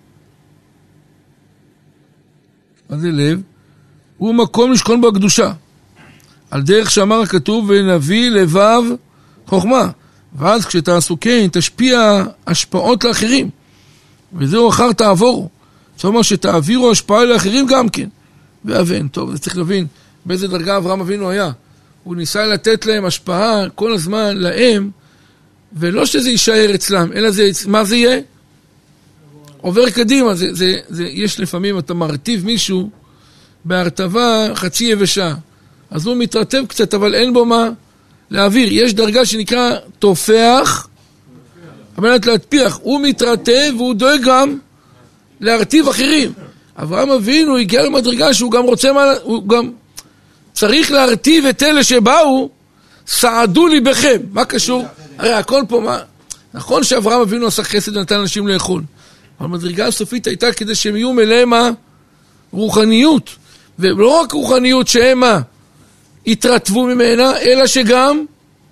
מה זה לב? הוא מקום לשכון בקדושה. על דרך שאמר הכתוב, ונביא לבב חוכמה. ואז כשתעשו כן, תשפיע השפעות לאחרים. וזהו אחר תעבורו. זאת אומרת שתעבירו השפעה לאחרים גם כן. ואבן, טוב, זה צריך להבין באיזה דרגה אברהם אבינו היה. הוא ניסה לתת להם השפעה כל הזמן להם, ולא שזה יישאר אצלם, אלא זה, מה זה יהיה? עובר קדימה. זה, זה, זה, יש לפעמים, אתה מרטיב מישהו בהרטבה חצי יבשה. אז הוא מתרטב קצת, אבל אין בו מה להעביר. יש דרגה שנקרא תופח, המנת להטפיח. הוא מתרטב והוא דואג גם להרטיב אחרים. אברהם אבינו הגיע למדרגה שהוא גם רוצה, מה, הוא גם צריך להרטיב את אלה שבאו, סעדו ליבכם. מה קשור? הרי הכל פה מה? נכון שאברהם אבינו עשה חסד ונתן אנשים לאכול. אבל המדרגה הסופית הייתה כדי שהם יהיו מלאים רוחניות. ולא רק רוחניות שהם התרטבו ממנה, אלא שגם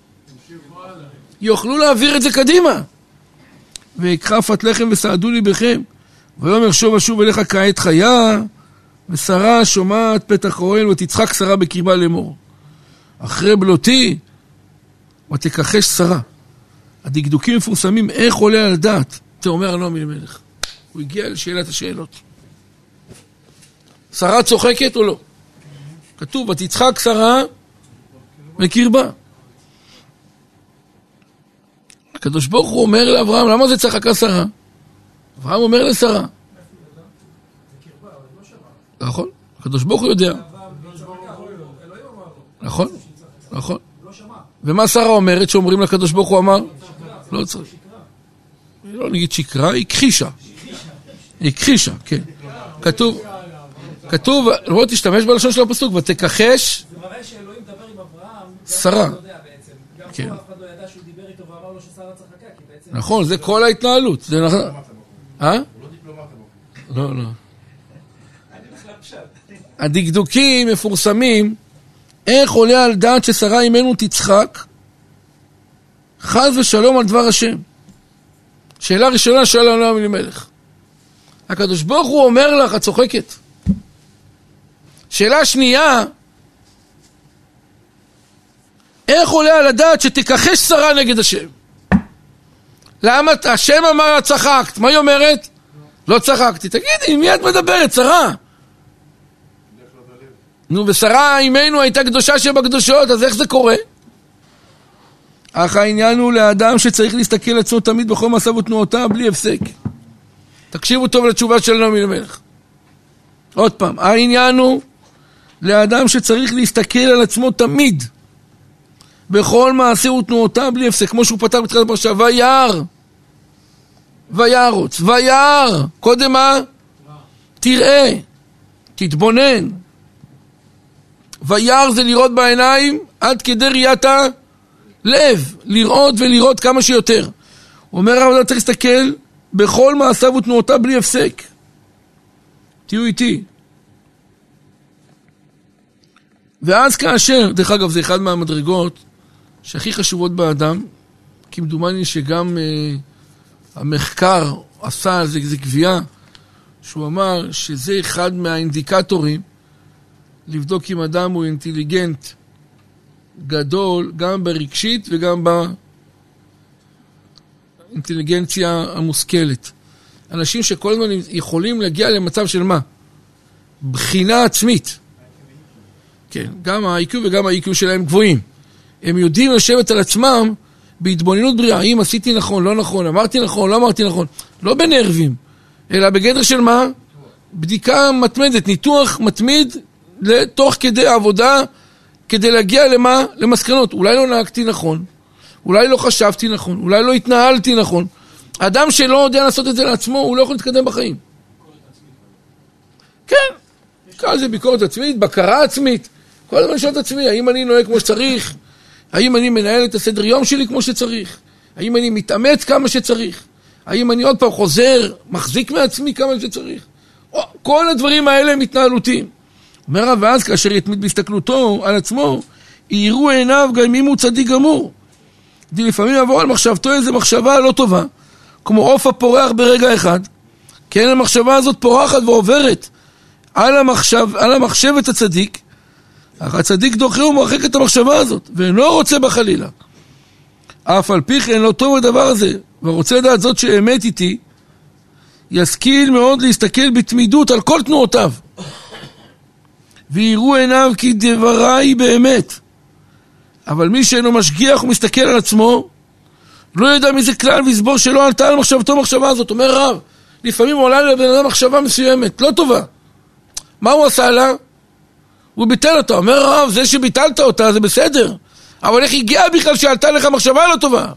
יוכלו להעביר את זה קדימה. ויקחה פת לחם וסעדו ליבכם. ויאמר שוב ושוב אליך כעת חיה, ושרה שומעת פתח אוהל, ותצחק שרה בקרבה לאמור. אחרי בלותי, ותכחש שרה. הדקדוקים מפורסמים, איך עולה על דעת? זה אומר הנועם אלימלך. הוא הגיע לשאלת השאלות. שרה צוחקת או לא? כתוב, ותצחק שרה וקרבה. הקדוש ברוך הוא אומר לאברהם, למה זה צחקה שרה? אברהם אומר לשרה. נכון, הקדוש ברוך הוא יודע. נכון, נכון. ומה שרה אומרת שאומרים לקדוש ברוך הוא אמר? לא צריך. לא נגיד שקרה, היא הכחישה. היא הכחישה, כן. כתוב, כתוב, בוא תשתמש בלשון של הפסוק, ותכחש. זה מראה שאלוהים דבר עם אברהם, שרה. גם פה אף אחד לא ידע שהוא דיבר איתו ואמר לו ששרה צחקה, כי בעצם... נכון, זה כל ההתנהלות. זה נכון. אה? הוא לא דיפלומט. לא, לא. הדקדוקים מפורסמים, איך עולה על דעת ששרה אימנו תצחק, חס ושלום על דבר השם. שאלה ראשונה שאלה עליו אלימלך. הקדוש ברוך הוא אומר לך, את צוחקת. שאלה שנייה, איך עולה על הדעת שתכחש שרה נגד השם? למה השם אמר צחקת? מה היא אומרת? לא צחקתי. תגידי, מי את מדברת? שרה. נו, ושרה אימנו הייתה קדושה שבקדושות, אז איך זה קורה? אך העניין הוא לאדם שצריך להסתכל על עצמו תמיד בכל מעשיו ותנועותיו בלי הפסק. תקשיבו טוב לתשובה של נעמי למלך. עוד פעם, העניין הוא לאדם שצריך להסתכל על עצמו תמיד בכל מעשה ותנועותיו בלי הפסק, כמו שהוא פתח בתחילת הפרשה, וירא, וירוץ, וירא, קודם מה? תראה, תתבונן. וירא זה לראות בעיניים עד כדי ראיית הלב, לראות ולראות כמה שיותר. אומר הרב, אתה צריך להסתכל בכל מעשיו ותנועותיו בלי הפסק. תהיו איתי. ואז כאשר, דרך אגב, זה אחד מהמדרגות שהכי חשובות באדם, כי מדומני שגם אה, המחקר עשה על זה, זה קביעה, שהוא אמר שזה אחד מהאינדיקטורים לבדוק אם אדם הוא אינטליגנט גדול, גם ברגשית וגם באינטליגנציה המושכלת. אנשים שכל הזמן יכולים להגיע למצב של מה? בחינה עצמית. כן, גם ה-איי קיו וגם ה-איי קיו שלהם גבוהים. הם יודעים לשבת על עצמם בהתבוננות בריאה. האם עשיתי נכון, לא נכון, אמרתי נכון, לא אמרתי נכון. לא בנרבים, אלא בגדר של מה? בדיקה מתמדת, ניתוח מתמיד לתוך כדי העבודה, כדי להגיע למה? למסקנות. אולי לא נהגתי נכון, אולי לא חשבתי נכון, אולי לא התנהלתי נכון. אדם שלא יודע לעשות את זה לעצמו, הוא לא יכול להתקדם בחיים. כן, קרא לזה ביקורת עצמית, בקרה עצמית. כל הזמן לשאול את עצמי, האם אני נוהג כמו שצריך? האם אני מנהל את הסדר יום שלי כמו שצריך? האם אני מתאמץ כמה שצריך? האם אני עוד פעם חוזר, מחזיק מעצמי כמה שצריך? כל הדברים האלה הם התנהלותיים. אומר הרב, ואז כאשר יתמיד בהסתכלותו על עצמו, יראו עיניו גם אם הוא צדיק גמור. לפעמים יעבור על מחשבתו איזו מחשבה לא טובה, כמו עוף הפורח ברגע אחד, כן, המחשבה הזאת פורחת ועוברת על, המחשב, על המחשבת הצדיק, אך הצדיק דוחה ומרחק את המחשבה הזאת, ואינו רוצה בחלילה. אף על פי כן לא טוב הדבר הזה, ורוצה לדעת זאת שאמת איתי, ישכיל מאוד להסתכל בתמידות על כל תנועותיו, ויראו עיניו כי דבריי באמת. אבל מי שאינו משגיח ומסתכל על עצמו, לא ידע מזה כלל ויסבור שלא עלתה על מחשבתו מחשבה הזאת. אומר רב, לפעמים עולה לבן אדם מחשבה מסוימת, לא טובה. מה הוא עשה לה? הוא ביטל אותה. אומר רב, זה שביטלת אותה זה בסדר, אבל איך הגיע בכלל שעלתה לך מחשבה לא טובה?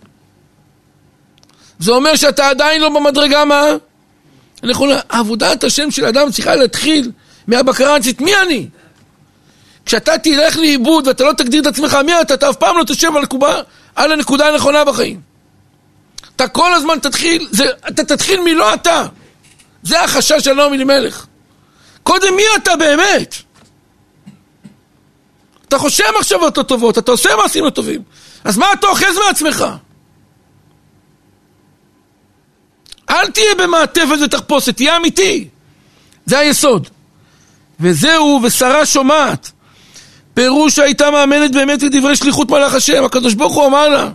זה אומר שאתה עדיין לא במדרגה מה? נכונה, עבודת השם של אדם צריכה להתחיל מהבקרה העצמית. מי אני? כשאתה תלך לאיבוד ואתה לא תגדיר את עצמך מי אתה, אתה אף פעם לא תשב על, הקובה, על הנקודה הנכונה בחיים. אתה כל הזמן תתחיל, זה, אתה תתחיל מלא אתה. זה החשש של נעמי למלך. קודם מי אתה באמת? אתה חושב מחשבות לא טובות, אתה עושה מעשים לא טובים. אז מה אתה אוחז מעצמך? אל תהיה במעטפת ותחפושת, תהיה אמיתי. זה היסוד. וזהו, ושרה שומעת. פירוש שהייתה מאמנת באמת לדברי שליחות מלאך השם. הקדוש ברוך הוא אמר לה,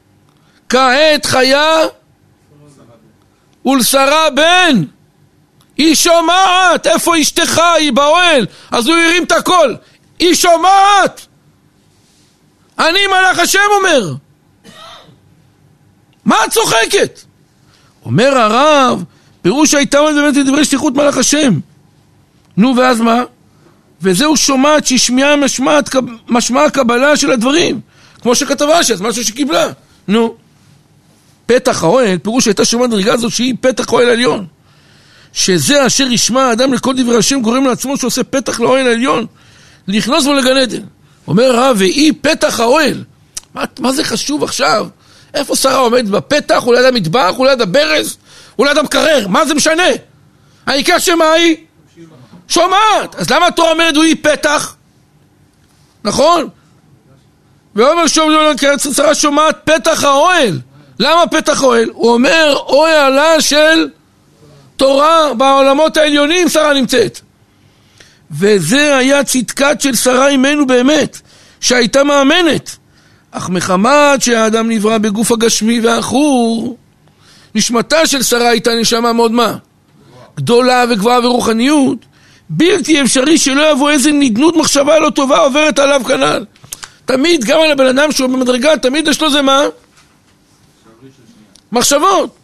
כעת חיה ולשרה בן. היא שומעת, איפה אשתך? היא באוהל. אז הוא הרים את הכל. היא שומעת. אני מלאך השם אומר. מה את צוחקת? אומר הרב, פירוש הייתה באמת לדברי שליחות מלאך השם. נו, ואז מה? וזהו שומעת שהשמיעה משמעת, משמע הקבלה של הדברים. כמו שכתבה שאת משהו שקיבלה. נו. פתח האוהל, פירוש הייתה שומעת דרגה הזאת שהיא פתח האוהל העליון. שזה אשר ישמע האדם לכל דברי השם גורם לעצמו שעושה פתח לאוהל העליון. לכנוס בו לגן עדן. אומר הרב, והיא פתח האוהל. מה, מה זה חשוב עכשיו? איפה שרה עומד בפתח? אולי ליד המטבח? אולי ליד הברז? אולי ליד המקרר? מה זה משנה? העיקר שמה היא? שומעת. אז למה התורה אומרת היא פתח? נכון? ואומר שומעת, שרה שומעת פתח האוהל. למה פתח האוהל? הוא אומר, אוהלה של תורה בעולמות העליונים שרה נמצאת. וזה היה צדקת של שרה אימנו באמת, שהייתה מאמנת. אך מחמת שהאדם נברא בגוף הגשמי והאחור, נשמתה של שרה הייתה נשמה מאוד מה? גדולה וגבוהה ורוחניות. בלתי אפשרי שלא יבוא איזה נדנות מחשבה לא טובה עוברת עליו כנ"ל. תמיד, גם על הבן אדם שהוא במדרגה, תמיד יש לו זה מה? מחשבות.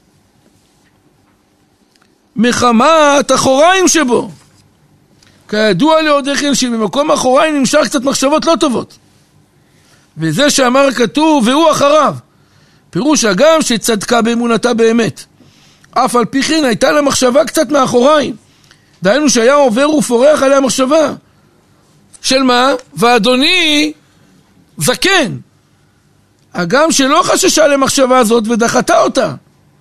מחמת אחוריים שבו. כידוע לעודכם שבמקום אחוריים נמשך קצת מחשבות לא טובות. וזה שאמר כתוב, והוא אחריו. פירוש אגם שצדקה באמונתה באמת. אף על פי כן הייתה לה מחשבה קצת מאחוריים. דהיינו שהיה עובר ופורח עליה מחשבה. של מה? ואדוני זקן. אגם שלא חששה למחשבה הזאת ודחתה אותה.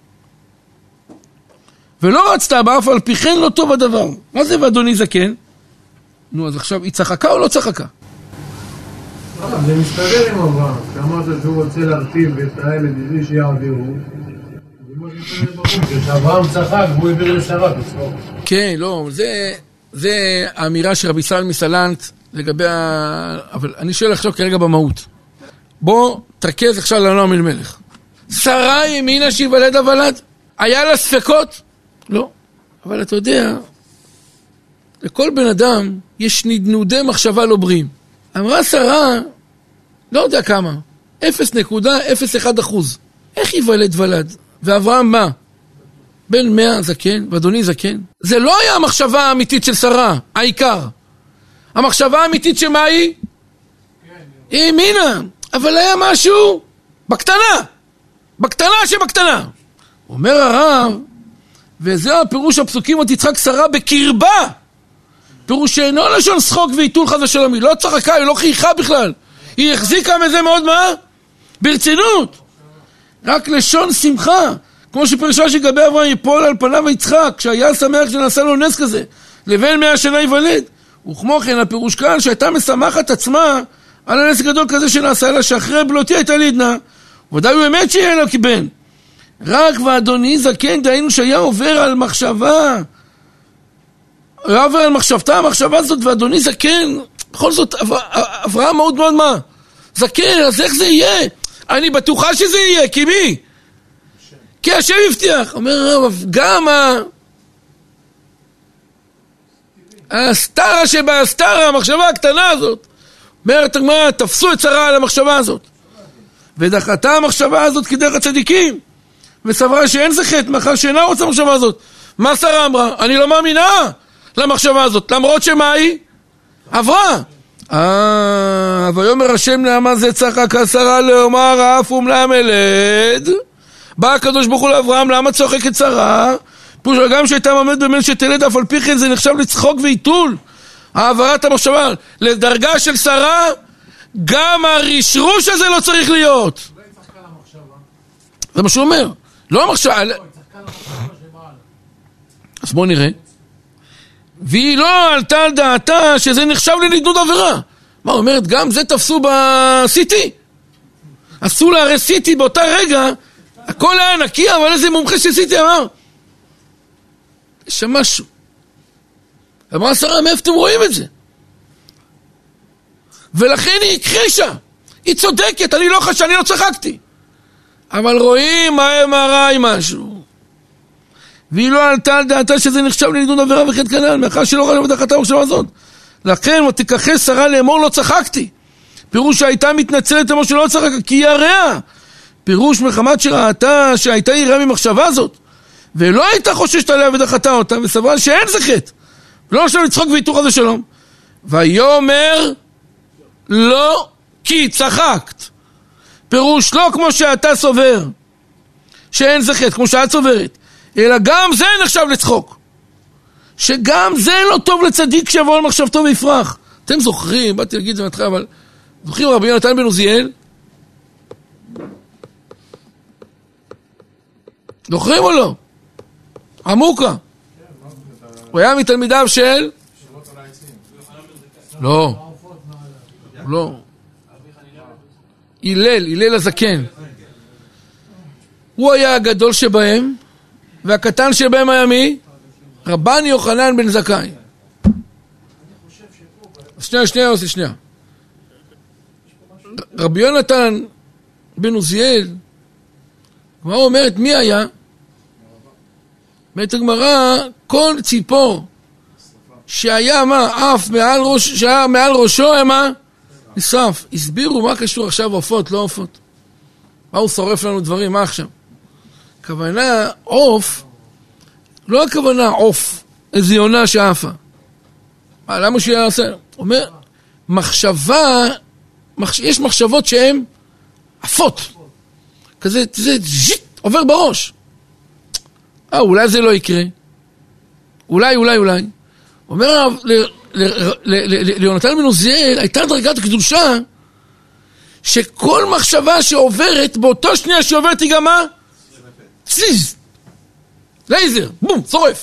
ולא רצתה בה, אף על פי כן לא טוב הדבר. מה זה ואדוני זקן? נו, אז עכשיו היא צחקה או לא צחקה? זה מסתדר עם אברהם, שאמרת שהוא רוצה להרטיב את הילד איזי שיעבירו. כשאברהם צחק והוא העביר לשרה בצחוק. כן, לא, זה, זה האמירה של רבי ישראל מסלנט לגבי ה... אבל אני שואל עכשיו כרגע במהות. בוא תרכז עכשיו לנועם אלימלך. שרה האמינה שיוולד הוולד? היה לה ספקות? לא. אבל אתה יודע, לכל בן אדם יש נדנודי מחשבה לא בריאים. אמרה שרה, לא יודע כמה, אפס נקודה אפס אחד אחוז. איך ייוולד ולד? ואברהם מה? בן מאה זקן, ואדוני זקן. זה לא היה המחשבה האמיתית של שרה, העיקר. המחשבה האמיתית שמה היא? היא האמינה, אבל היה משהו בקטנה. בקטנה שבקטנה. אומר הרב, וזה הפירוש הפסוקים עוד תצחק שרה בקרבה. פירוש שאינו לשון שחוק ועיתול חס ושלום. היא לא צחקה, היא לא חייכה בכלל. היא החזיקה מזה מאוד מה? ברצינות. רק לשון שמחה. כמו שפרשה שגבי אברהם ייפול על פניו ויצחק, כשהיה שמח שנעשה לו נס כזה, לבין מאה שנה ייוולד. וכמו כן הפירוש כאן שהייתה משמחת עצמה על הנס גדול כזה שנעשה לה, שאחרי בלותי הייתה לידנה. ודאי הוא אמת שיהיה לה כבן. רק ואדוני זקן, דהיינו שהיה עובר על מחשבה. היה עובר על מחשבתה, המחשבה הזאת, ואדוני זקן, בכל זאת, אברהם מאוד מאוד מה? זקן, אז איך זה יהיה? אני בטוחה שזה יהיה, כי מי? כי השם הבטיח. אומר הרב, גם ה... הסתרה שבהסתרה, המחשבה הקטנה הזאת, אומרת מה, תפסו את שרה על המחשבה הזאת. ודחתה המחשבה הזאת כדרך הצדיקים. וסברה שאין זה חטא, מאחר שאינה רוצה המחשבה הזאת. מה שרה אמרה? אני לא מאמינה למחשבה הזאת, למרות שמה היא? עברה. אה, ויאמר השם לעמה זה צחקה שרה לאמר אף אומלם ילד. בא הקדוש ברוך הוא לאברהם, למה צוחקת שרה? פירוש גם שהייתה מעמד במין שתלד, אף על פי כן זה נחשב לצחוק ועיתול. העברת המחשבה לדרגה של שרה, גם הרשרוש הזה לא צריך להיות. זה מה שהוא אומר. לא המחשבה. אז בואו נראה. והיא לא עלתה על דעתה שזה נחשב לנדנוד עבירה. מה אומרת? גם זה תפסו בסיטי. עשו לה הרי סיטי באותה רגע, הכל היה נקי, אבל איזה מומחה של סיטי אמר. יש שם משהו. אמרה שרה, מאיפה אתם רואים את זה? ולכן היא הכחישה. היא צודקת, אני לא חש, אני לא צחקתי. אבל רואים מה מראה עם משהו. והיא לא עלתה על דעתה שזה נחשב לנידון עבירה וחטא כנען, מאחר שלא ראה לבדחתה במחשבה הזאת. לכן ותכחש שרה לאמור לא צחקתי. פירוש שהייתה מתנצלת אמור שלא צחקה, כי היא הרעה. פירוש מחמת שראתה שהייתה יראה ממחשבה הזאת, ולא הייתה חוששת עליה ודחתה אותה, וסברה שאין זה חטא. לא עכשיו לצחוק ואיתוך הזה שלום. ויאמר לא כי צחקת. פירוש לא כמו שאתה סובר שאין זה חטא, כמו שאת סוברת, אלא גם זה נחשב לצחוק, שגם זה לא טוב לצדיק שיבוא על מחשבתו ויפרח. אתם זוכרים, באתי להגיד את זה מתחילה, אבל זוכרים רבי יונתן בן עוזיאל? זוכרים או לא? עמוקה. הוא היה מתלמידיו של? לא. לא. הלל, הלל הזקן. הוא היה הגדול שבהם, והקטן שבהם היה מי? רבן יוחנן בן זכאי. שנייה, שנייה, עושה שנייה. רבי יונתן בן עוזיאל, הגמרא אומרת מי היה? אומרת הגמרא, כל ציפור שהיה מה? אף מעל ראש, שהיה מעל ראשו, היה מה? נשרף. הסבירו מה קשור עכשיו עופות, לא עופות. מה הוא שורף לנו דברים, מה עכשיו? הכוונה עוף, לא הכוונה עוף, איזו יונה שעפה. מה, למה שהוא יעשה? אומר, מחשבה, מחש... יש מחשבות שהן עפות. כזה, זה ז'יט, עובר בראש. אה, אולי זה לא יקרה. אולי, אולי, אולי. אומר, ליונתן בן עוזיאל הייתה דרגת קדושה, שכל מחשבה שעוברת, באותו שנייה שעוברת היא גם מה? צליז. לייזר, בום, שורף.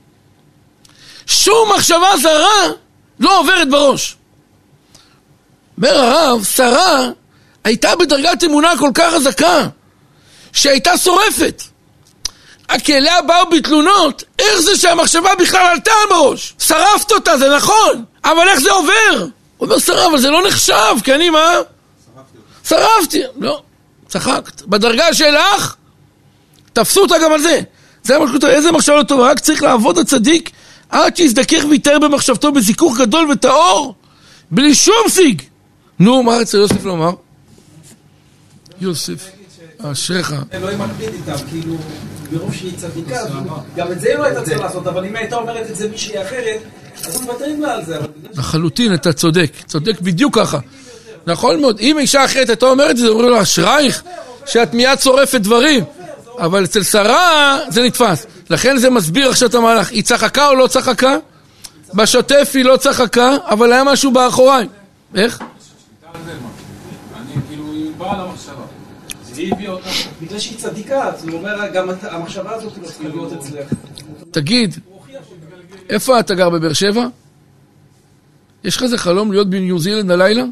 שום מחשבה זרה לא עוברת בראש. אומר הרב, שרה הייתה בדרגת אמונה כל כך חזקה, שהייתה שורפת. הכליה באו בתלונות, איך זה שהמחשבה בכלל עלתה בראש? שרפת אותה, זה נכון, אבל איך זה עובר? הוא אומר, שרה, אבל זה לא נחשב, כי אני מה? שרפתי. לא, צחקת. בדרגה שלך, תפסו אותה גם על זה. זה המשמעות, איזה מחשבה לא טובה, רק צריך לעבוד הצדיק, עד שיזדכך ויתאר במחשבתו בזיכוך גדול וטהור, בלי שום שיג. נו, מה רצה יוסף לומר? יוסף, אשריך. אלוהים מקפיד איתם, כאילו, ברוב שהיא צדיקה, גם את זה לא הייתה צריך לעשות, אבל אם הייתה אומרת את זה מישהי אחרת, אז הוא מוותרים לה על זה. לחלוטין, אתה צודק, צודק בדיוק ככה. נכון מאוד, אם אישה אחרת אתה אומרת את זה, אומרים לה, אשרייך, שאת מיד שורפת דברים, אבל אצל שרה זה נתפס. לכן זה מסביר עכשיו את המהלך. היא צחקה או לא צחקה? בשוטף היא לא צחקה, אבל היה משהו באחוריים. איך? אני כאילו, היא באה למחשבה. היא הביאה אותה. בגלל שהיא צדיקה, אז הוא אומר, גם המחשבה הזאת לא צריכה להיות אצלך. תגיד, איפה אתה גר בבאר שבע? יש לך איזה חלום להיות בניו זילנד הלילה?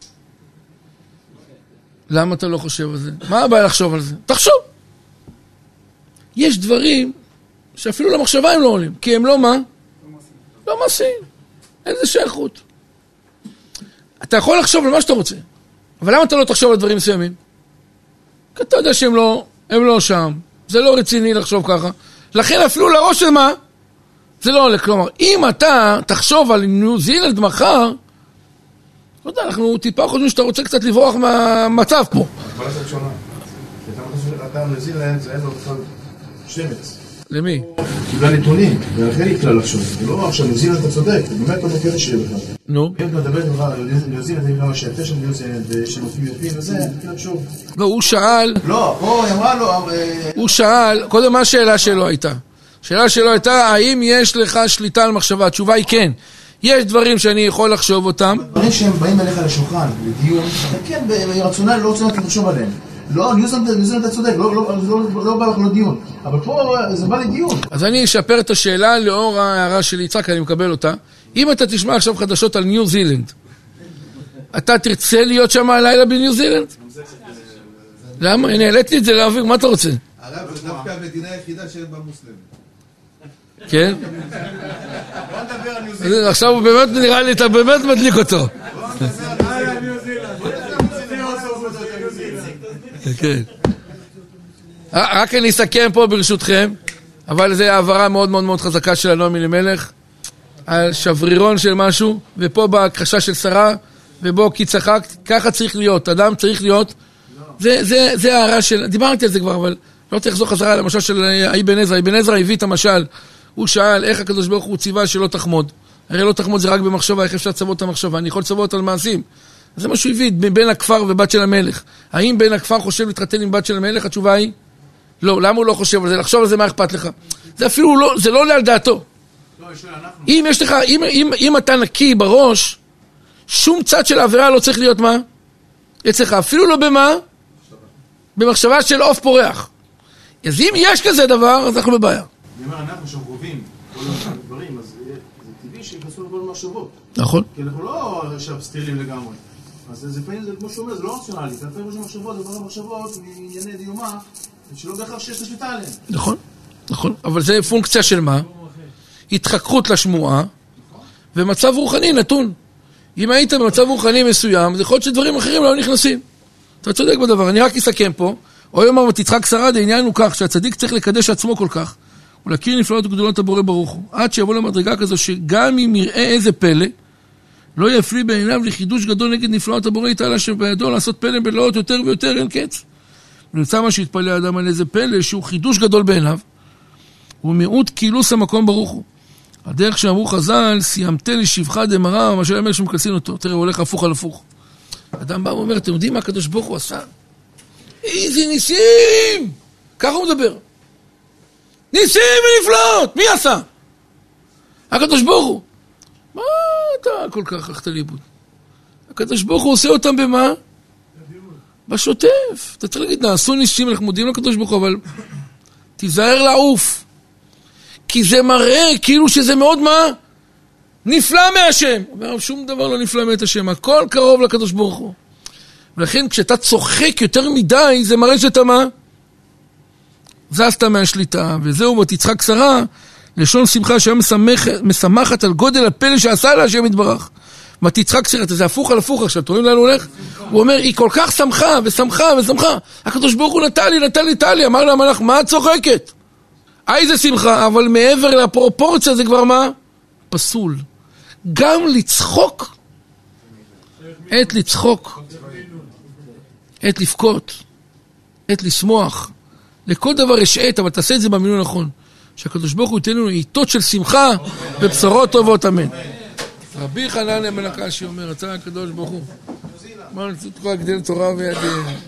למה אתה לא חושב על זה? מה הבעיה לחשוב על זה? תחשוב! יש דברים שאפילו למחשבה הם לא עולים, כי הם לא מה? לא מעשים. אין זה שייכות. אתה יכול לחשוב על מה שאתה רוצה, אבל למה אתה לא תחשוב על דברים מסוימים? כי אתה יודע שהם לא, הם לא שם, זה לא רציני לחשוב ככה, לכן אפילו לראש של מה? זה לא עולה, כלומר, אם אתה תחשוב על ניו זילנד מחר, לא יודע, אנחנו טיפה חושבים שאתה רוצה קצת לברוח מהמצב פה. אבל זה שונה. אתה ניו זילנד, זה אין לו בכלל שמץ. למי? קיבלה נתונים, ולכן היא כלל לחשוב. זה לא עכשיו, ניו זילנד אתה צודק, זה באמת לא מוכר שיהיה בכלל. נו? אם אתה מדבר עם ניו זילנד, זה גם שהפה של ניו זילנד, שמופיעים יפים וזה, תתחיל לחשוב. לא, הוא שאל... לא, פה היא אמרה לו... הוא שאל, קודם מה השאלה שלו הייתה? השאלה שלו הייתה, האם יש לך שליטה על מחשבה? התשובה היא כן. יש דברים שאני יכול לחשוב אותם. דברים שהם באים אליך לשולחן, לדיון, אתה כן, ברצונל לא רוצה לחשוב עליהם. לא, ניו זילנד אתה צודק, לא בא לך לדיון. אבל פה זה בא לדיון. אז אני אשפר את השאלה לאור ההערה של יצחק, אני מקבל אותה. אם אתה תשמע עכשיו חדשות על ניו זילנד, אתה תרצה להיות שם הלילה בניו זילנד? למה? הנה, העליתי את זה לאוויר, מה אתה רוצה? הרב, זה דווקא המדינה היחידה שאין בה מוסלמים. כן? עכשיו הוא באמת נראה לי, אתה באמת מדליק אותו. כן. רק אני אסכם פה ברשותכם. אבל זה העברה מאוד מאוד מאוד חזקה של הנועם אלימלך, על שברירון של משהו, ופה בהכחשה של שרה, ובו כי צחק, ככה צריך להיות, אדם צריך להיות, זה, זה, זה הערה של, דיברתי על זה כבר, אבל לא צריך לחזור חזרה למשל של אבן עזרא, אבן עזרא הביא את המשל, הוא שאל איך הקדוש ברוך הוא ציווה שלא תחמוד, הרי לא תחמוד זה רק במחשבה, איך אפשר לצוות את המחשבה, אני יכול לצוות על מעשים, זה מה שהוא הביא, בין הכפר ובת של המלך, האם בין הכפר חושב להתחתן עם בת של המלך, התשובה היא, לא, למה הוא לא חושב על זה, לחשוב על זה מה אכפת לך, זה אפילו לא, זה לא על דעתו, אם יש לך, אם, אם, אם אתה נקי בראש, שום צד של העבירה לא צריך להיות מה? אצלך, אפילו לא במה? במחשבה של עוף פורח. אז אם יש כזה דבר, אז אנחנו בבעיה. אני אומר, אנחנו שם קרובים, כל הדברים, אז זה טבעי שיכנסו לכל המחשבות. נכון. כי אנחנו לא עכשיו סטירים לגמרי. אז זה פעמים, זה כמו שאומר, זה לא רציונלי. כי לפעמים יש מחשבות, זה כבר מחשבות מענייני דיומה, שלא בהכרח שיש לשליטה עליהן. נכון, נכון. אבל זה פונקציה של מה? התחככות לשמועה, ומצב רוחני נתון. אם היית במצב רוחני מסוים, זה יכול להיות שדברים אחרים לא נכנסים. אתה צודק בדבר, אני רק אסכם פה. או יאמר ותצחק שרה, העניין הוא כך, שהצדיק צריך לקדש עצמו כל כך, ולהכיר נפלאות וגדולות הבורא ברוך הוא, עד שיבוא למדרגה כזו, שגם אם יראה איזה פלא, לא יפליא בעיניו לחידוש גדול נגד נפלאות הבורא יתעלה שבידו, לעשות פלא בלאות יותר ויותר אין קץ. ונמצא מה שהתפלא האדם על איזה פלא, שהוא חידוש גדול בעיניו, הוא מיעוט קילוס המקום ברוך הוא. הדרך שאמרו חז"ל, סיימתי לשבחה דמרה, מה שאלה שמקלסין אותו. תראה, הוא הולך הפוך על הפוך. אדם בא ואומר, אתם יודעים מה הקדוש ברוך הוא עשה? איזה ניסים! ככה הוא מדבר. ניסים ונפלאות! מי עשה? הקדוש ברוך הוא. מה אתה כל כך הלכת לאיבוד? הקדוש ברוך הוא עושה אותם במה? בשוטף. אתה צריך להגיד, נעשו ניסים, אנחנו מודיעים לקדוש ברוך הוא, אבל תיזהר לעוף. כי זה מראה כאילו שזה מאוד מה? נפלא מהשם. אומר, שום דבר לא נפלא מאת השם. הכל קרוב לקדוש ברוך הוא. ולכן כשאתה צוחק יותר מדי, זה מראה שאתה מה? זזת מהשליטה. וזהו ותצחק שרה, לשון שמחה שהיא משמחת על גודל הפלא שעשה לה השם יתברך. ותצחק שרה, זה הפוך על הפוך עכשיו, תראים לאן הוא הולך? הוא אומר, היא כל כך שמחה ושמחה ושמחה. הקדוש ברוך הוא נתן לי, נתן לי, נתן לי. אמר לה המלאך, מה את צוחקת? איזה שמחה, אבל מעבר לפרופורציה זה כבר מה? פסול. גם לצחוק, עת לצחוק, עת לפקות, עת לשמוח. לכל דבר יש עת, אבל תעשה את זה במינון נכון. שהקדוש ברוך הוא ייתן לנו עיתות של שמחה ובשורות טובות, אמן. רבי חנניה בן הקשיא אומר, רצה הקדוש ברוך הוא. מה נצא תקוע גדל תורה ויד...